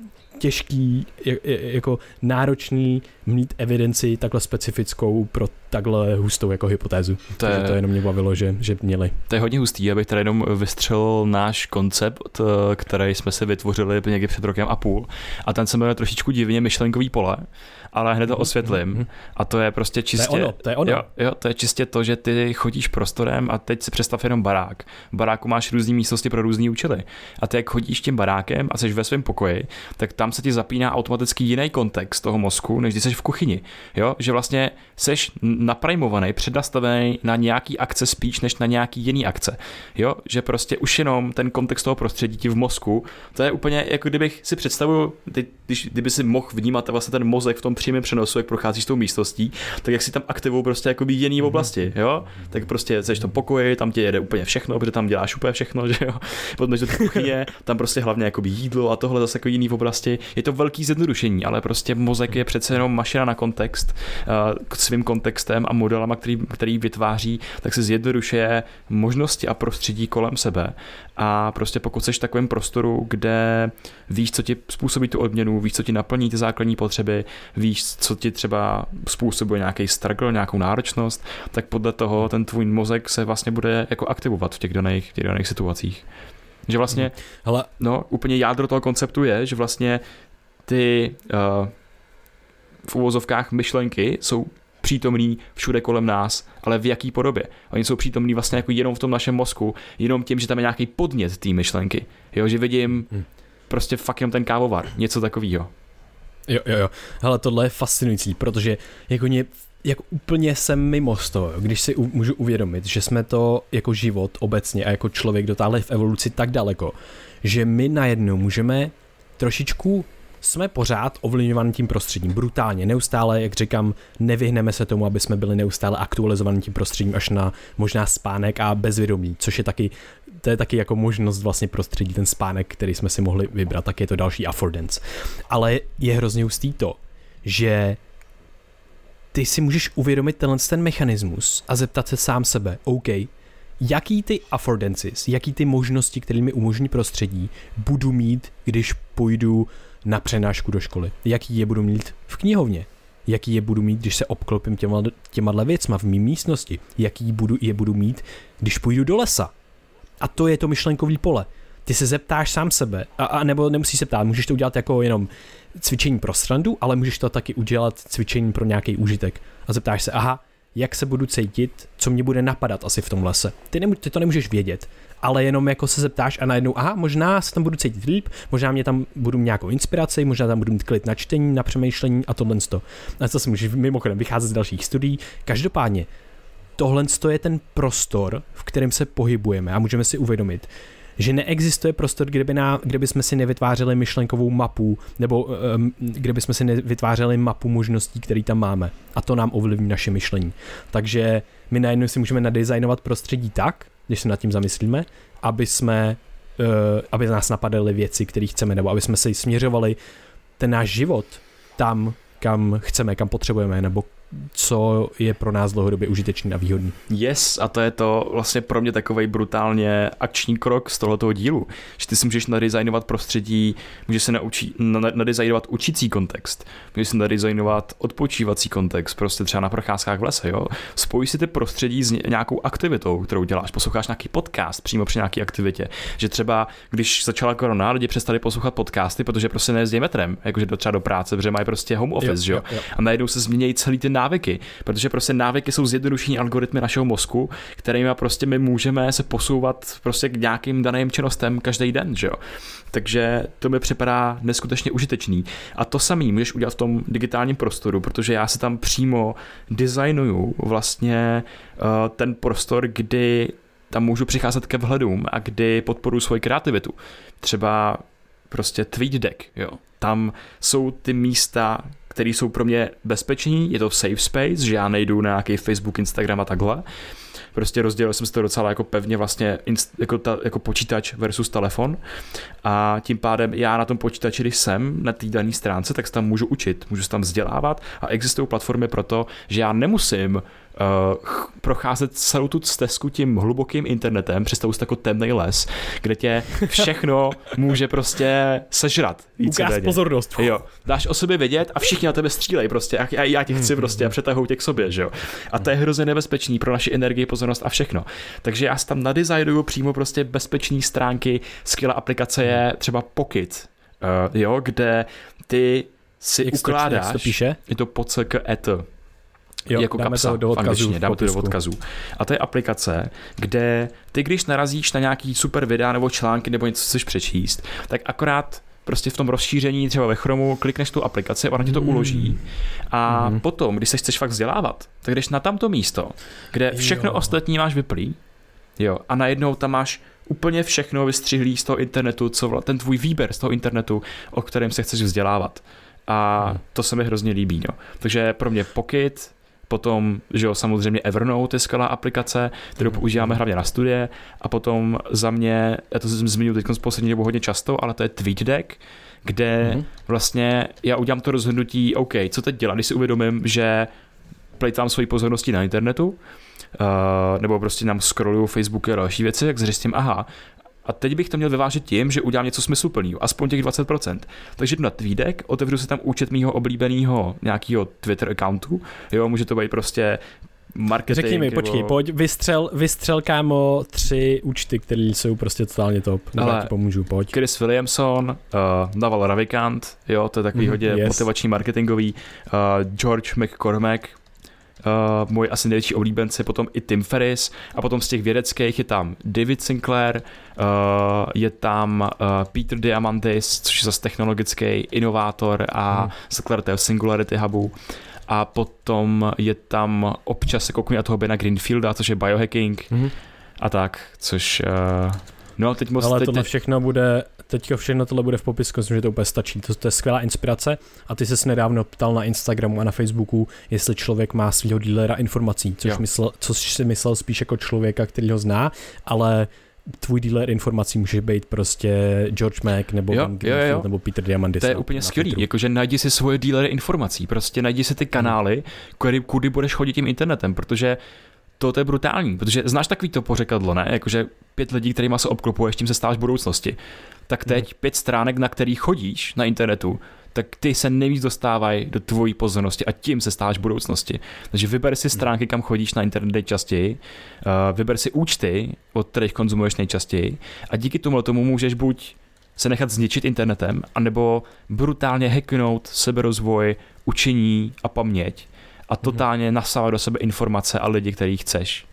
těžký, jako náročný mít evidenci takhle specifickou pro takhle hustou jako hypotézu. To jenom mě bavilo, že měli. To je hodně hustý, abych tady jenom vystřelil náš koncept, který jsme si vytvořili někdy před rokem a půl. A ten se jmenuje trošičku divně myšlenkový pole, ale hned to osvětlím. A to je prostě čistě... To je ono. Jo, to je čistě to, že ty chodíš prostorem a teď si představ jenom barák. V baráku máš různý místnosti pro různý účely. A ty jak chodíš tím barákem a jsi ve svém pokoji, tak tam se ti zapíná automaticky jiný kontext toho mozku, než když jsi v kuchyni. Jo, že vlastně seš naprajmovaný, přednastavený na nějaký akce spíš než na nějaký jiný akce. Jo, že prostě už jenom ten kontext toho prostředí ti v mozku, to je úplně jako kdybych si představil, kdyby si mohl vnímat vlastně ten mozek v tom přímém přenosu, jak procházíš tou místností, tak jak si tam aktivují prostě jakoby jiný oblasti, jo? Tak prostě seš v tom pokoji, tam ti jede úplně všechno, protože tam děláš úplně všechno, že jo? Potom do kuchyně, tam prostě hlavně jakoby jídlo a tohle zase jako jiný v oblasti. Je to velký zjednodušení, ale prostě mozek je přece jenom mašina na kontext, svým kontextem a modelama, který vytváří, tak se zjednodušuje možnosti a prostředí kolem sebe. A prostě pokud seš v takovém prostoru, kde víš, co ti způsobí tu odměnu, víš, co ti naplní ty základní potřeby, víš, co ti třeba způsobuje nějaký struggle, nějakou náročnost, tak podle toho ten tvůj mozek se vlastně bude jako aktivovat v těch daných situacích. Že vlastně, úplně jádro toho konceptu je, že vlastně ty v uvozovkách myšlenky jsou přítomný všude kolem nás, ale v jaký podobě. Oni jsou přítomní vlastně jako jenom v tom našem mozku, jenom tím, že tam je nějaký podnět té myšlenky. Jo, že vidím prostě fakt jenom ten kávovar, něco takového. Jo. Hele, tohle je fascinující, protože jako úplně jsem mimo z toho, když si můžu uvědomit, že jsme to jako život obecně a jako člověk dotáhli v evoluci tak daleko, že my najednou můžeme trošičku, jsme pořád ovlivňovaní tím prostředím, brutálně, neustále, jak říkám, nevyhneme se tomu, aby jsme byli neustále aktualizovaní tím prostředím až na možná spánek a bezvědomí, což je taky jako možnost vlastně prostředí, ten spánek, který jsme si mohli vybrat, tak je to další affordance. Ale je hrozně hustý to, že ty si můžeš uvědomit ten mechanismus a zeptat se sám sebe, OK, jaký ty affordances, jaký ty možnosti, které mi umožní prostředí, budu mít, když půjdu na přednášku do školy. Jaký je budu mít v knihovně. Jaký je budu mít, když se obklopím těma věcma v mý místnosti. Jaký je budu mít, když půjdu do lesa. A to je to myšlenkový pole. Ty se zeptáš sám sebe, a nebo nemusíš se ptát, můžeš to udělat jako jenom cvičení pro srandu, ale můžeš to taky udělat cvičení pro nějaký užitek. A zeptáš se, jak se budu cítit, co mě bude napadat asi v tom lese. Ty to nemůžeš vědět, ale jenom jako se zeptáš a najednou, možná se tam budu cítit líp, možná mě tam budu mít nějakou inspiraci, možná tam budu mít klid na čtení, na přemýšlení a tohle. A to si můžeš mimochodem vycházet z dalších studií. Každopádně, tohle je ten prostor, v kterém se pohybujeme a můžeme si uvědomit, že neexistuje prostor, kde bychom si nevytvářeli myšlenkovou mapu, nebo kde bychom si nevytvářeli mapu možností, které tam máme. A to nám ovlivní naše myšlení. Takže my najednou si můžeme nadizajnovat prostředí tak, když se nad tím zamyslíme, aby nás napadaly věci, které chceme, nebo aby jsme se směřovali ten náš život tam, kam chceme, kam potřebujeme, nebo co je pro nás dlouhodobě užitečný a výhodný. Yes, a to je to vlastně pro mě takovej brutálně akční krok z tohoto dílu, že ty si můžeš nadizajnovat prostředí, můžeš se nadizajnovat učící kontext, můžeš si nadizajnovat odpočívací kontext, prostě třeba na procházkách v lese, jo. Spojí si ty prostředí s nějakou aktivitou, kterou děláš, posloucháš nějaký podcast přímo při nějaký aktivitě, že třeba když začala korona, lidi přestali poslouchat podcasty, protože prostě nejezdí metrem, jakože třeba do práce, protože mají prostě home office, jo. A najednou se změní celý ty návyky, protože prostě návyky jsou zjednodušení algoritmy našeho mozku, kterými prostě my můžeme se posouvat prostě k nějakým daným činnostem každý den, že jo. Takže to mi připadá neskutečně užitečný. A to samý můžeš udělat v tom digitálním prostoru, protože já si tam přímo designuju vlastně ten prostor, kdy tam můžu přicházet ke vhledům a kdy podporuji svoji kreativitu. Třeba prostě TweetDeck, jo. Tam jsou ty místa, který jsou pro mě bezpeční, je to safe space, že já nejdu na nějaký Facebook, Instagram a takhle. Prostě rozdělil jsem si to docela jako pevně vlastně jako počítač versus telefon a tím pádem já na tom počítači, když jsem na té dané stránce, tak se tam můžu učit, můžu se tam vzdělávat a existují platformy pro to, že já nemusím procházet celou tu stezku tím hlubokým internetem, představu si jako temnej les, kde tě všechno může prostě sežrat. Ukáž pozornost. Jo, dáš o sobě vědět a všichni na tebe střílejí prostě a já tě chci prostě a přetahou tě k sobě, že jo. A to je hrozně nebezpečný pro naši energii, pozornost a všechno. Takže já si tam nadizajnuju přímo prostě bezpečné stránky, skvělá aplikace je třeba Pocket, jo, kde ty si ukládáš. Jak to píše? Je to Pocket. Jo, jako kapsa do odkazu, dáme to do odkazu. A to je aplikace, kde ty, když narazíš na nějaký super videa nebo články nebo něco, co chceš přečíst, tak akorát prostě v tom rozšíření třeba ve Chromu klikneš tu aplikaci a ona ti to uloží. A potom, když se chceš fakt vzdělávat, tak jdeš na tamto místo, kde všechno ostatní máš vyplý, jo, a najednou tam máš úplně všechno vystřihlý z toho internetu, ten tvůj výběr z toho internetu, o kterém se chceš vzdělávat. A to se mi hrozně líbí, no. Takže pro mě Pocket, potom, že jo, samozřejmě Evernote je skvělá aplikace, kterou používáme hlavně na studie a potom za mě, já to jsem zmiňuji teď z poslední dobu hodně často, ale to je TweetDeck, kde vlastně já udělám to rozhodnutí, OK, co teď dělat, když si uvědomím, že plejtvám svoji pozornosti na internetu, nebo prostě nám scrolluju Facebooky a další věci, tak zjistím, aha, a teď bych to měl vyvážet tím, že udělám něco smysluplného, aspoň těch 20%. Takže jdu na TweetDeck, otevřu si tam účet mýho oblíbeného nějakého Twitter accountu, jo, může to být prostě marketing. Řekni mi, počkej, pojď, vystřel kámo 3 účty, které jsou prostě totálně top. Já ti pomůžu, pojď. Chris Williamson, Naval Ravikant, jo, to je takový hodně motivační marketingový, George McCormack, můj asi největší oblíbenci, potom i Tim Ferriss a potom z těch vědeckých je tam David Sinclair, je tam Peter Diamandis, což je zase technologický inovátor a zakladatel Singularity Hubu. A potom je tam občas se kouknu na toho Bena Greenfielda, což je biohacking a tak, což no teď moc... Ale tohle všechno bude, teďka všechno tohle bude v popisku, myslím, že to úplně stačí. To je skvělá inspirace a ty ses nedávno ptal na Instagramu a na Facebooku, jestli člověk má svýho dealera informací, což si myslel spíš jako člověka, který ho zná, ale tvůj dealer informací může být prostě George Mack nebo Ben Greenfield nebo Peter Diamandis. To je úplně skvělý, jakože najdi si svoje dealery informací, prostě najdi si ty kanály, kudy budeš chodit tím internetem, protože to je brutální, protože znáš takový to pořekadlo, ne? Jakože 5 lidí, kterýma se obklopuješ, tím se stáváš v budoucnosti. Tak teď 5 stránek, na kterých chodíš na internetu, tak ty se nejvíc dostávají do tvojí pozornosti a tím se stáváš v budoucnosti. Takže vyber si stránky, kam chodíš na internet nejčastěji, vyber si účty, od kterých konzumuješ nejčastěji a díky tomu můžeš buď se nechat zničit internetem, anebo brutálně hacknout seberozvoj, učení a paměť a totálně nasávat do sebe informace a lidi, který chceš.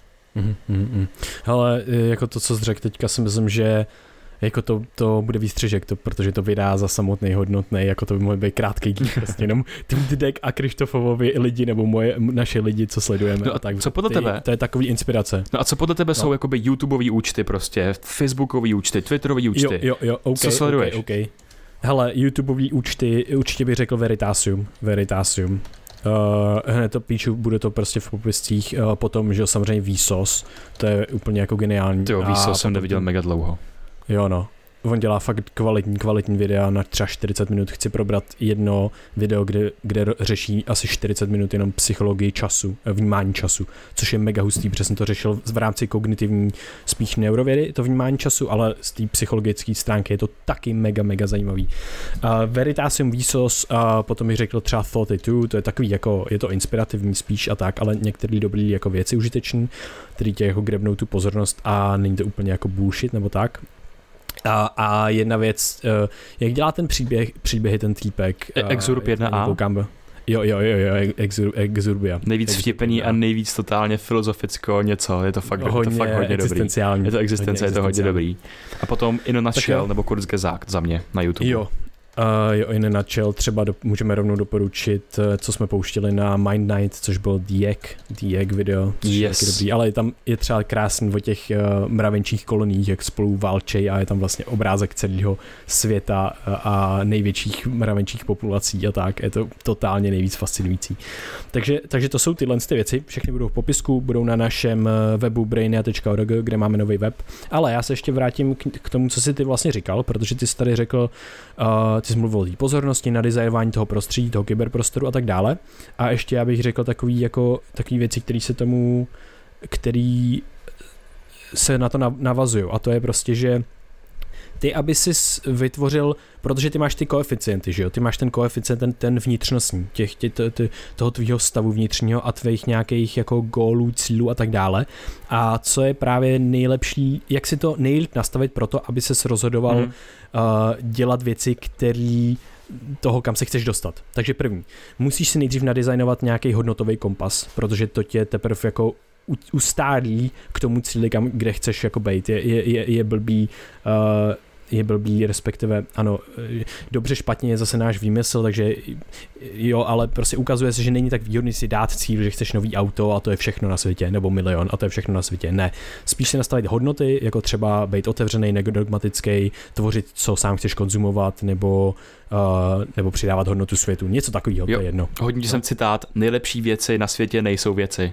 Ale jako to, co jsi řekl teďka, si myslím, že jako to bude výstřižek, protože to vydá za samotný hodnotný, jako to by mohl být krátký díl, prostě jenom TweetDeck a Krištofovovi lidi, nebo naše lidi, co sledujeme. No a tak, co podle tebe? To je takový inspirace. No a co podle tebe jsou jakoby YouTubeový účty prostě, Facebookový účty, Twitterový účty? Jo, okay, co sleduješ? Okay. Hele, YouTubeový účty, určitě bych řekl Veritasium. Hned to píšu, bude to prostě v popiscích, potom, že samozřejmě Vsauce, to je úplně jako geniální. Vsauce jsem neviděl mega dlouho. Jo no, on dělá fakt kvalitní videa na třeba 40 minut, chci probrat jedno video, kde řeší asi 40 minut jenom psychologii času, vnímání času, což je mega hustý, protože jsem to řešil v rámci kognitivní spíš neurovědy, to vnímání času, ale z té psychologické stránky je to taky mega zajímavý. Veritasium, Vsauce, potom bych řekl třeba Thought-It, to je takový jako, je to inspirativní spíš a tak, ale některý dobrý jako věci užitečný, který tě jako grebnou tu pozornost a není to úplně jako bullshit nebo tak. A jedna věc, jak dělá ten příběhy ten týpek? Exurb 1A. Jo, Exurbia. Nejvíc vtipený a nejvíc totálně filozoficko něco, je to fakt hodně dobrý. Je to existence, je to hodně dobrý. A potom In a Nutshell nebo Kurzgesagt za mě na YouTube. Jo, Jo, in a nutshell, třeba můžeme rovnou doporučit, co jsme pouštěli na Mind Night, což byl The Egg video, což je taky dobrý, ale tam je třeba krásný o těch mravenčích koloniích, jak spolu válčej a je tam vlastně obrázek celého světa a největších mravenčích populací a tak, je to totálně nejvíc fascinující. Takže to jsou tyhle věci, všechny budou v popisku, budou na našem webu brainia.org, kde máme nový web, ale já se ještě vrátím k tomu, co jsi ty vlastně říkal, protože ty jsi tady řekl, ty jsi mluvil o té pozornosti, na designování toho prostředí, toho kyberprostoru a tak dále. A ještě já bych řekl takový věci, který se na to navazují. A to je prostě, že ty, aby jsi vytvořil, protože ty máš ty koeficienty, že jo? Ty máš ten koeficient, ten vnitřnostní, toho tvýho stavu vnitřního a tvých nějakých jako gólů, cílů a tak dále. A co je právě nejlepší, jak si to nejlíp nastavit pro to, aby ses rozhodoval dělat věci, které toho, kam se chceš dostat. Takže první, musíš si nejdřív nadizajnovat nějaký hodnotový kompas, protože to tě teprve jako ustálí k tomu cíli, kde chceš jako bejt. Je blbý, respektive ano, dobře špatně je zase náš výmysl, takže jo, ale prostě ukazuje se, že není tak výhodný si dát cíl, že chceš nový auto a to je všechno na světě, nebo milion a to je všechno na světě. Ne. Spíš si nastavit hodnoty, jako třeba být otevřený, nedogmatický, tvořit, co sám chceš konzumovat, nebo přidávat hodnotu světu. Něco takového, to je jedno. Hodně jsem citát, nejlepší věci na světě nejsou věci.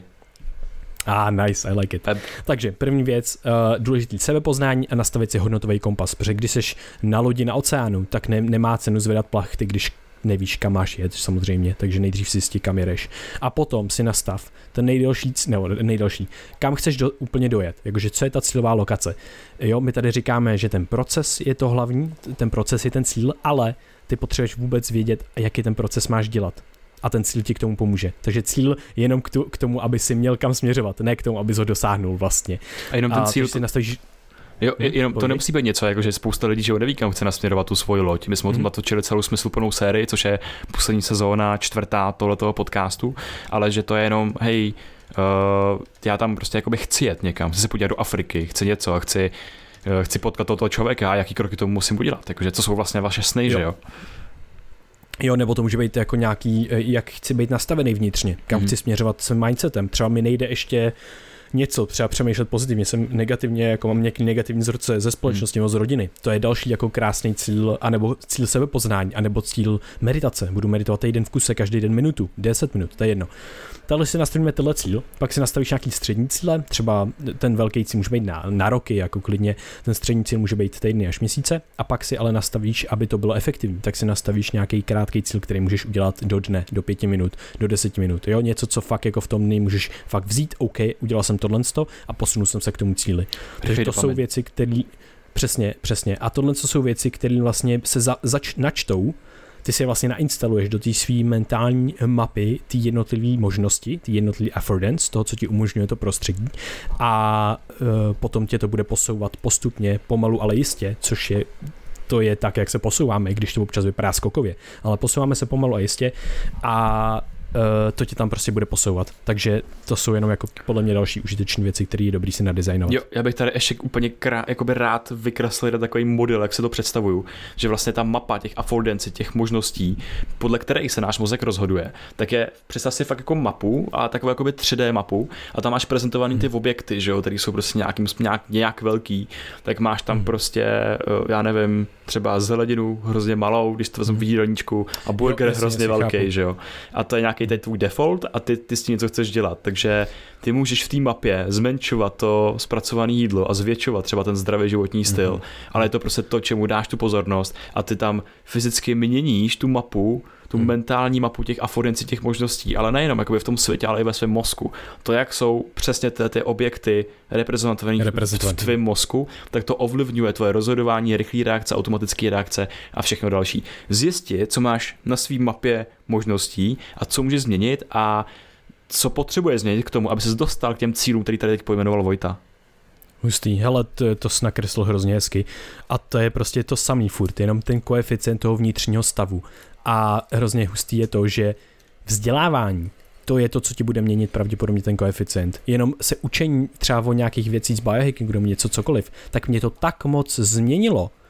Nice, I like it. Takže první věc, důležitý sebepoznání a nastavit si hodnotový kompas, protože když jsi na lodi na oceánu, tak nemá cenu zvedat plachty, když nevíš, kam máš jet, samozřejmě, takže nejdřív si zjistí, kam jedeš. A potom si nastav ten nejdelší, kam chceš úplně dojet, jakože co je ta cílová lokace. Jo, my tady říkáme, že ten proces je to hlavní, ten proces je ten cíl, ale ty potřebuješ vůbec vědět, jaký ten proces máš dělat. A ten cíl ti k tomu pomůže. Takže cíl je jenom k tomu, aby si měl kam směřovat, ne k tomu, abys ho dosáhnul vlastně. A jenom ten cíl si nastavíš. Jo, jenom to nemusí být něco, jakože spousta lidí, že neví, kam chce nasměrovat tu svoji loď. My jsme o tom natočili celou smysluplnou sérii, což je poslední sezóna, 4. tohletoho podcastu, ale že to je jenom, hej, já tam prostě jakoby chci jet někam, chci se podívat do Afriky, chci něco a chci potkat toho člověka a jaký kroky tomu musím udělat. Takže to jsou vlastně vaše sny, že jo? Jo, nebo to může být jako nějaký, jak chci být nastavený vnitřně, kam chci směřovat svým mindsetem. Třeba mi nejde ještě něco, třeba přemýšlet pozitivně, jsem negativně, jako mám nějaký negativní vzorce ze společnosti nebo z rodiny. To je další jako krásný cíl, anebo cíl sebepoznání, anebo cíl meditace. Budu meditovat týden v kuse, každý den minutu, 10 minut, to je jedno. Tady si nastavíme tenhle cíl, pak si nastavíš nějaký střední cíle, třeba ten velký cíl může být na roky, jako klidně ten střední cíl může být týdny až měsíce, a pak si ale nastavíš, aby to bylo efektivní, tak si nastavíš nějaký krátký cíl, který můžeš udělat do dne, do 5 minut, do 10 minut, jo, něco, co fakt jako v tom dni můžeš fakt vzít, OK, udělal jsem tohle a posunul jsem se k tomu cíli. Takže to jsou věci, které přesně. A tohle jsou věci, které vlastně se načtou. Ty si vlastně nainstaluješ do té své mentální mapy ty jednotlivé možnosti, ty jednotlivé affordance, toho, co ti umožňuje to prostředí, a potom tě to bude posouvat postupně, pomalu, ale jistě, to je tak, jak se posouváme, když to občas vypadá skokově, ale posouváme se pomalu a jistě a to tě tam prostě bude posouvat. Takže to jsou jenom jako podle mě další užitečné věci, které je dobrý si nadizajnovat. Jo, já bych tady ještě úplně jakoby rád vykreslil takový model, jak se to představuju, že vlastně ta mapa těch affordancí, těch možností, podle kterých se náš mozek rozhoduje, tak je, představ si fakt jako mapu a takovou jakoby 3D mapu a tam máš prezentovaný ty objekty, že jo, které jsou prostě nějak velký, tak máš tam prostě, já nevím, třeba zeleninu hrozně malou, když to vezmu v jídelníčku, a burger hrozně velký, že jo. A to je nějaký tady tvůj default a ty s tím něco chceš dělat. Takže ty můžeš v té mapě zmenšovat to zpracované jídlo a zvětšovat třeba ten zdravý životní styl, ale je to prostě to, čemu dáš tu pozornost, a ty tam fyzicky měníš tu mapu, tu mentální mapu těch affordancí, těch možností, ale nejenom jakoby v tom světě, ale i ve svém mozku. To, jak jsou přesně ty objekty reprezentované v tvém mozku, tak to ovlivňuje tvoje rozhodování, rychlé reakce, automatické reakce a všechno další. Zjistit, co máš na svý mapě možností a co můžeš změnit a co potřebuje změnit k tomu, aby ses dostal k těm cílům, který tady teď pojmenoval Vojta. Hustý, hele, to jsi nakreslil hrozně hezky. A to je prostě to samý furt, jenom ten koeficient toho vnitřního stavu. A hrozně hustý je to, že vzdělávání, to je to, co ti bude měnit pravděpodobně ten koeficient. Jenom se učení třeba o nějakých věcí z biohackingu, něco cokoliv, tak mě to tak moc změnilo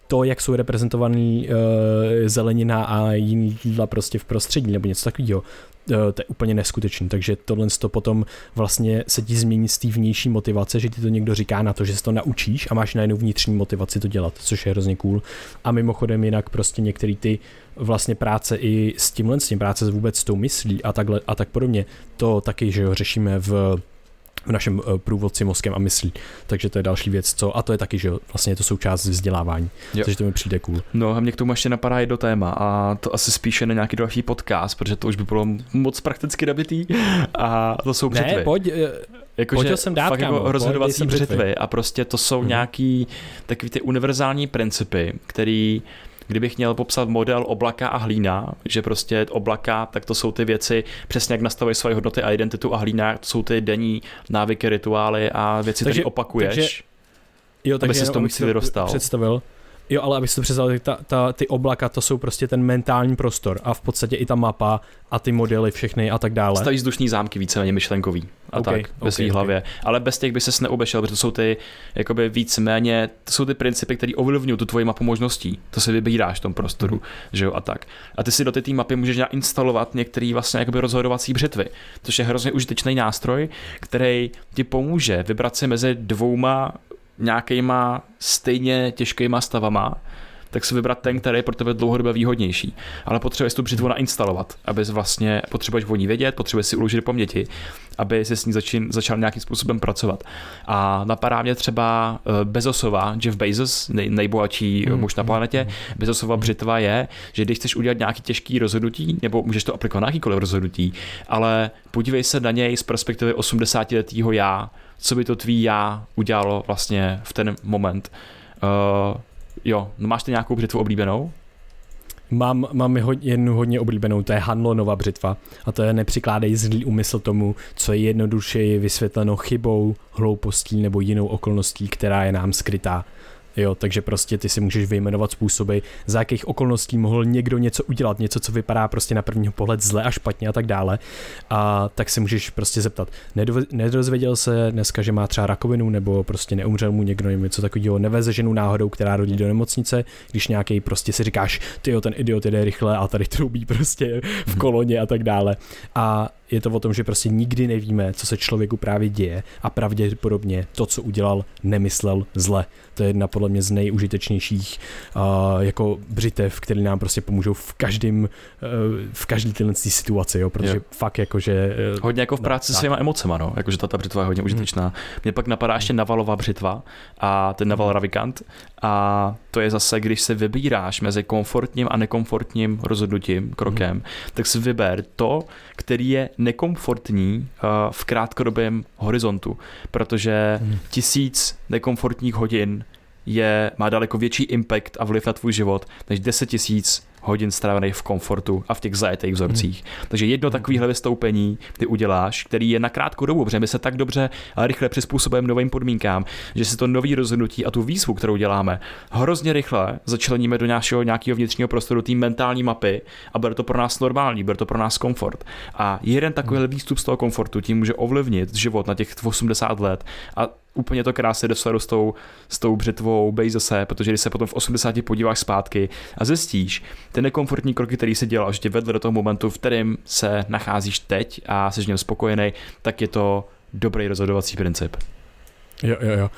to, jak jsou reprezentovaný zelenina a jiný jídla prostě v prostředí nebo něco takového, to je úplně neskutečný, takže tohle to potom vlastně se ti změní z té vnější motivace, že ti to někdo říká na to, že se to naučíš a máš najednou vnitřní motivaci to dělat, což je hrozně cool. A mimochodem jinak prostě některé ty vlastně práce i s tím práce vůbec s tou myslí a takhle a tak podobně, to taky, že jo, řešíme v našem průvodci mozkem a myslí. Takže to je další věc, a to je taky, že vlastně je to součást vzdělávání. Jo. Takže to mi přijde cool. No a mě k tomu ještě napadá jedno téma a to asi spíše na nějaký další podcast, protože to už by bylo moc prakticky nabitý a to jsou břitvy. Ne, pojď sem dát, fakt jako rozhodovací břitvy a prostě to jsou nějaký takový ty univerzální principy, který kdybych měl popsat model oblaka a hlína, že prostě oblaka, tak to jsou ty věci, přesně jak nastavují svoje hodnoty a identitu, a hlína, to jsou ty denní návyky, rituály a věci, které opakuješ, aby si z toho cíli dostal. Představil. Jo, ale abych si to představil, ty oblaka, to jsou prostě ten mentální prostor a v podstatě i ta mapa a ty modely všechny a tak dále. Staví vzdušní zámky víceméně myšlenkový a tak ve své hlavě. Ale bez těch by ses neobešel, protože to jsou ty jakoby víceméně, to jsou ty principy, které ovlivňují tu tvoji mapu možností. To si vybíráš v tom prostoru, že jo, a tak. A ty si do té mapy můžeš instalovat některé vlastně jakoby rozhodovací břitvy, což je hrozně užitečný nástroj, který ti pomůže vybrat si mezi dvouma nějakýma stejně těžkýma stavama, tak si vybrat ten, který je pro tebe dlouhodobě výhodnější. Ale potřebuješ tu břitvu nainstalovat, aby vlastně potřebuješ o ní vědět, potřebuješ si uložit do paměti, aby si s ní začal nějakým způsobem pracovat. A napadá mě třeba Bezosova, Jeff Bezos, nejbohatší muž na planetě. Bezosova břitva je, že když chceš udělat nějaký těžký rozhodnutí, nebo můžeš to aplikovat na jakýkoliv rozhodnutí, ale podívej se na něj z perspektivy 80letého já, co by to tvý já udělalo vlastně v ten moment. Jo, no máš ty nějakou břitvu oblíbenou? Mám jednu hodně oblíbenou, to je Hanlonova břitva a to je nepřikládej zlý úmysl tomu, co je jednodušeji vysvětleno chybou, hloupostí nebo jinou okolností, která je nám skrytá. Jo, takže prostě ty si můžeš vyjmenovat způsoby, za jakých okolností mohl někdo něco udělat, něco, co vypadá prostě na první pohled zle a špatně a tak dále. A tak se můžeš prostě zeptat, nedozvěděl se dneska, že má třeba rakovinu, nebo prostě neumřel mu někdo, něco takového, neveze ženu náhodou, která rodí do nemocnice, když nějaký prostě si říkáš, tyjo, ten idiot jde rychle a tady troubí prostě v koloně a tak dále. A je to o tom, že prostě nikdy nevíme, co se člověku právě děje a pravděpodobně to, co udělal, nemyslel zle. To je jedna podle mě z nejužitečnějších jako břitev, které nám prostě pomůžou v každý tyhle situaci, jo, protože fakt jakože... Hodně jako v práci s svýma emocema, no, jakože ta břitva je hodně užitečná. Mně pak napadá ještě Navalová břitva a ten Naval Ravikant a to je zase, když se vybíráš mezi komfortním a nekomfortním rozhodnutím, krokem, tak si vyber to, který je nekomfortní v krátkodobém horizontu, protože 1000 nekomfortních hodin má daleko větší impact a vliv na tvůj život než 10 000 hodin strávených v komfortu a v těch zajetých vzorcích. Takže jedno takovéhle vystoupení ty uděláš, který je na krátkou dobu, protože my se tak dobře a rychle přizpůsobujeme novým podmínkám, že si to nový rozhodnutí a tu výzvu, kterou děláme, hrozně rychle začleníme do nějakého vnitřního prostoru té mentální mapy a bude to pro nás normální, bude to pro nás komfort. A jeden takový výstup z toho komfortu tím může ovlivnit život na těch 80 let a úplně to krásně dostalo s tou břitvou Bezose, protože když se potom v 80 podíváš zpátky a zjistíš ty nekomfortní kroky, který jsi dělal, že tě vedly do toho momentu, v kterém se nacházíš teď a jsi v něm spokojený, tak je to dobrý rozhodovací princip. Jo.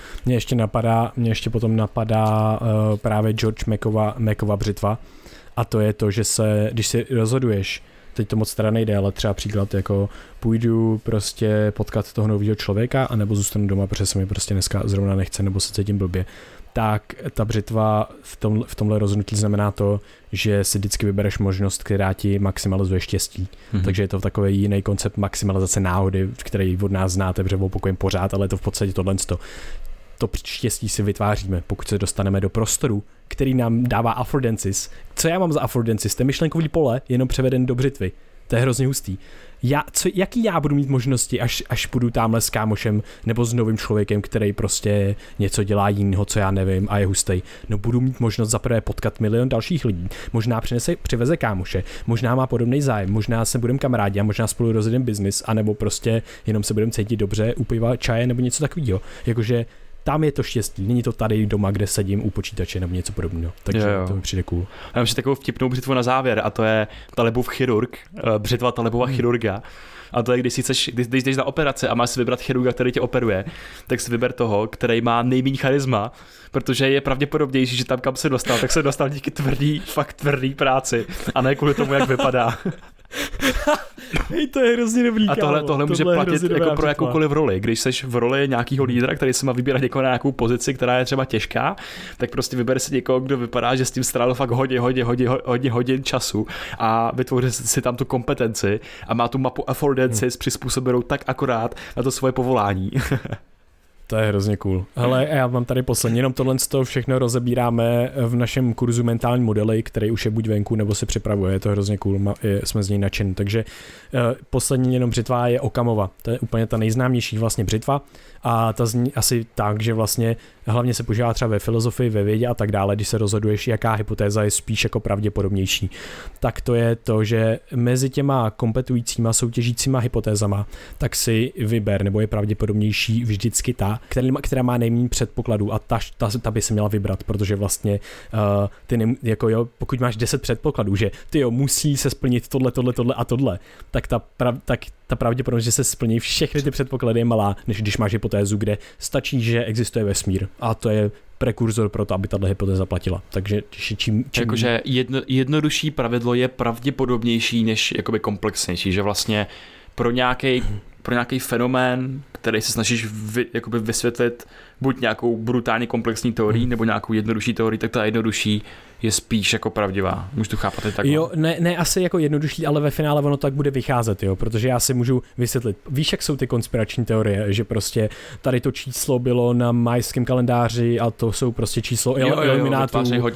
Mně ještě potom napadá právě George Mackova břitva a to je to, že když si rozhoduješ, teď to moc teda nejde, ale třeba příklad jako půjdu prostě potkat toho nového člověka anebo zůstanu doma, protože se mi prostě dneska zrovna nechce nebo se cítím blbě, tak ta břitva v tomhle rozhodnutí znamená to, že si vždycky vybereš možnost, která ti maximalizuje štěstí. Takže je to takový jiný koncept maximalizace náhody, který od nás znáte, protože opakujeme pořád, ale je to v podstatě tohle. To štěstí si vytváříme, pokud se dostaneme do prostoru, který nám dává affordances. Co já mám za affordances? To je myšlenkový pole, jenom převeden do břitvy. To je hrozně hustý. Jaký já budu mít možnosti, až půjdu tamhle s kámošem nebo s novým člověkem, který prostě něco dělá jiného, co já nevím a je hustý. No budu mít možnost zaprvé potkat milion dalších lidí. Možná přiveze kámoše, možná má podobný zájem, možná se budeme kamarádi a možná spolu rozjedeme biznis, anebo prostě jenom se budeme cítit dobře u piva, čaje nebo něco takového. Jakože tam je to štěstí, není to tady doma, kde sedím u počítače nebo něco podobného, takže to mi přijde cool. Já mám ještě takovou vtipnou břitvu na závěr a to je Talebův chirurg, břitva Talebova chirurga. A to je, když jdeš na operaci a máš si vybrat chirurga, který tě operuje, tak si vyber toho, který má nejméně charisma, protože je pravděpodobnější, že tam, kam se dostal, tak se dostal díky fakt tvrdý práci a ne kvůli tomu, jak vypadá. Hej, to je hrozně dobrý. A tohle může platit jako pro jakoukoliv roli. Když seš v roli nějakého lídra, který se má vybírat někoho na nějakou pozici, která je třeba těžká, tak prostě vyber si někoho, kdo vypadá, že s tím strávil fakt hodně hodin času a vytvoří si tam tu kompetenci a má tu mapu affordances přizpůsobenou tak akorát na to svoje povolání. To je hrozně cool. Hele, já mám tady poslední, jenom tohle všechno rozebíráme v našem kurzu mentální modely, který už je buď venku, nebo se připravuje, je to hrozně cool, jsme z něj nadšení. Takže poslední jenom břitva je Occamova, to je úplně ta nejznámější vlastně břitva a ta zní asi tak, že vlastně hlavně se používá třeba ve filozofii, ve vědě a tak dále, když se rozhoduješ, jaká hypotéza je spíš jako pravděpodobnější. Tak to je to, že mezi těma kompetujícíma, soutěžícíma hypotézama, tak si vyber, nebo je pravděpodobnější vždycky ta, která má nejméně předpokladů a ta by se měla vybrat, protože vlastně pokud máš 10 předpokladů, že musí se splnit tohle a tohle, tak ta pravděpodobnost, že se splní všechny ty předpoklady je malá, než když máš hypotézu, kde stačí, že existuje vesmír a to je prekurzor pro to, aby tato hypotéza platila. Takže čím... Jakože jednodušší pravidlo je pravděpodobnější než jakoby komplexnější, že vlastně pro nějaký fenomén, který se snažíš vysvětlit buď nějakou brutálně komplexní teorii, nebo nějakou jednodušší teorii, tak ta jednodušší je spíš jako pravdivá. Můžu to chápat i takhle? Jo, ne asi jako jednodušší, ale ve finále ono tak bude vycházet, jo, protože já si můžu vysvětlit. Víš, jak jsou ty konspirační teorie, že prostě tady to číslo bylo na majském kalendáři a to jsou prostě číslo iluminátů.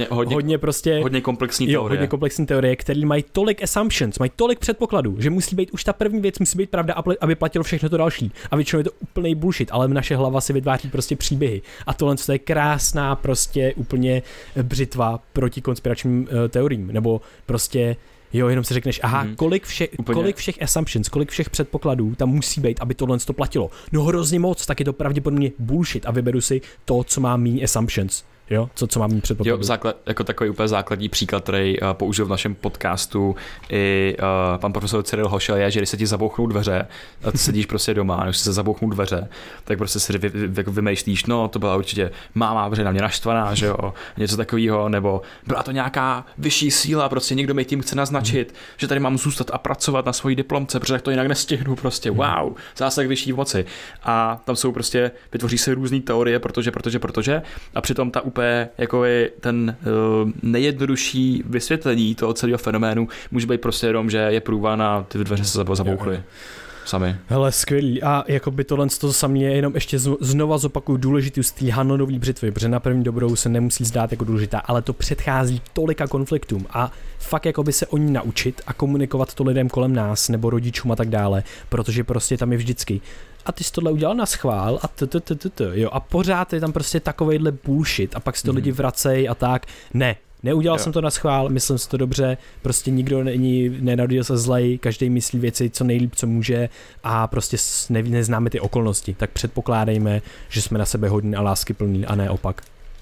Hodně komplexní teorie. Hodně komplexní teorie, které mají tolik assumptions, mají tolik předpokladů, že musí být už ta první věc musí být pravda, aby platilo všechno to další. A většinou je to úplný bullshit, ale naše hlava si vytváří prostě příběhy. A tohle je krásná prostě úplně břitva proti konspiračním teoriím, nebo prostě jenom si řekneš, kolik všech assumptions, kolik všech předpokladů tam musí být, aby tohle to platilo. No hrozně moc, tak je to pravděpodobně bullshit a vyberu si to, co má méně assumptions. Jo, co mám předpokladu. Jako takový úplně základní příklad, který použil v našem podcastu i pan profesor Cyril Hošel, je, že když se ti zabouchnou dveře a ty sedíš prostě doma, když se zabouchnou dveře, tak prostě si vymýšlíš, no to byla určitě máma na mě naštvaná, že jo, něco takového, nebo byla to nějaká vyšší síla, prostě někdo mi tím chce naznačit, že tady mám zůstat a pracovat na svojí diplomce, protože to jinak nestihnu, prostě wow, zásah vyšší moci. A tam jsou prostě, vytvoří se různé teorie, protože a přitom ta úplně jako je ten nejjednodušší vysvětlení toho celého fenoménu může být prostě jenom, že je průvan a ty dveře se zabouchly sami. Hele, skvělý. A jako by tohle sami je jenom ještě znova zopakuju důležitost té Hannonové břitvy, protože na první dobrou se nemusí zdát jako důležitá, ale to předchází tolika konfliktům a fakt jako by se o ní naučit a komunikovat to lidem kolem nás nebo rodičům a tak dále, protože prostě tam je vždycky a ty jsi tohle udělal na schvál a jo, a pořád je tam prostě takovejhle bullshit a pak si to lidi vracejí a tak. Neudělal jsem to na schvál, myslím si to dobře, prostě nikdo nenarodil se zlej, každý myslí věci co nejlíp, co může a prostě neznáme ty okolnosti, tak předpokládejme, že jsme na sebe hodní a láskyplní a ne opak.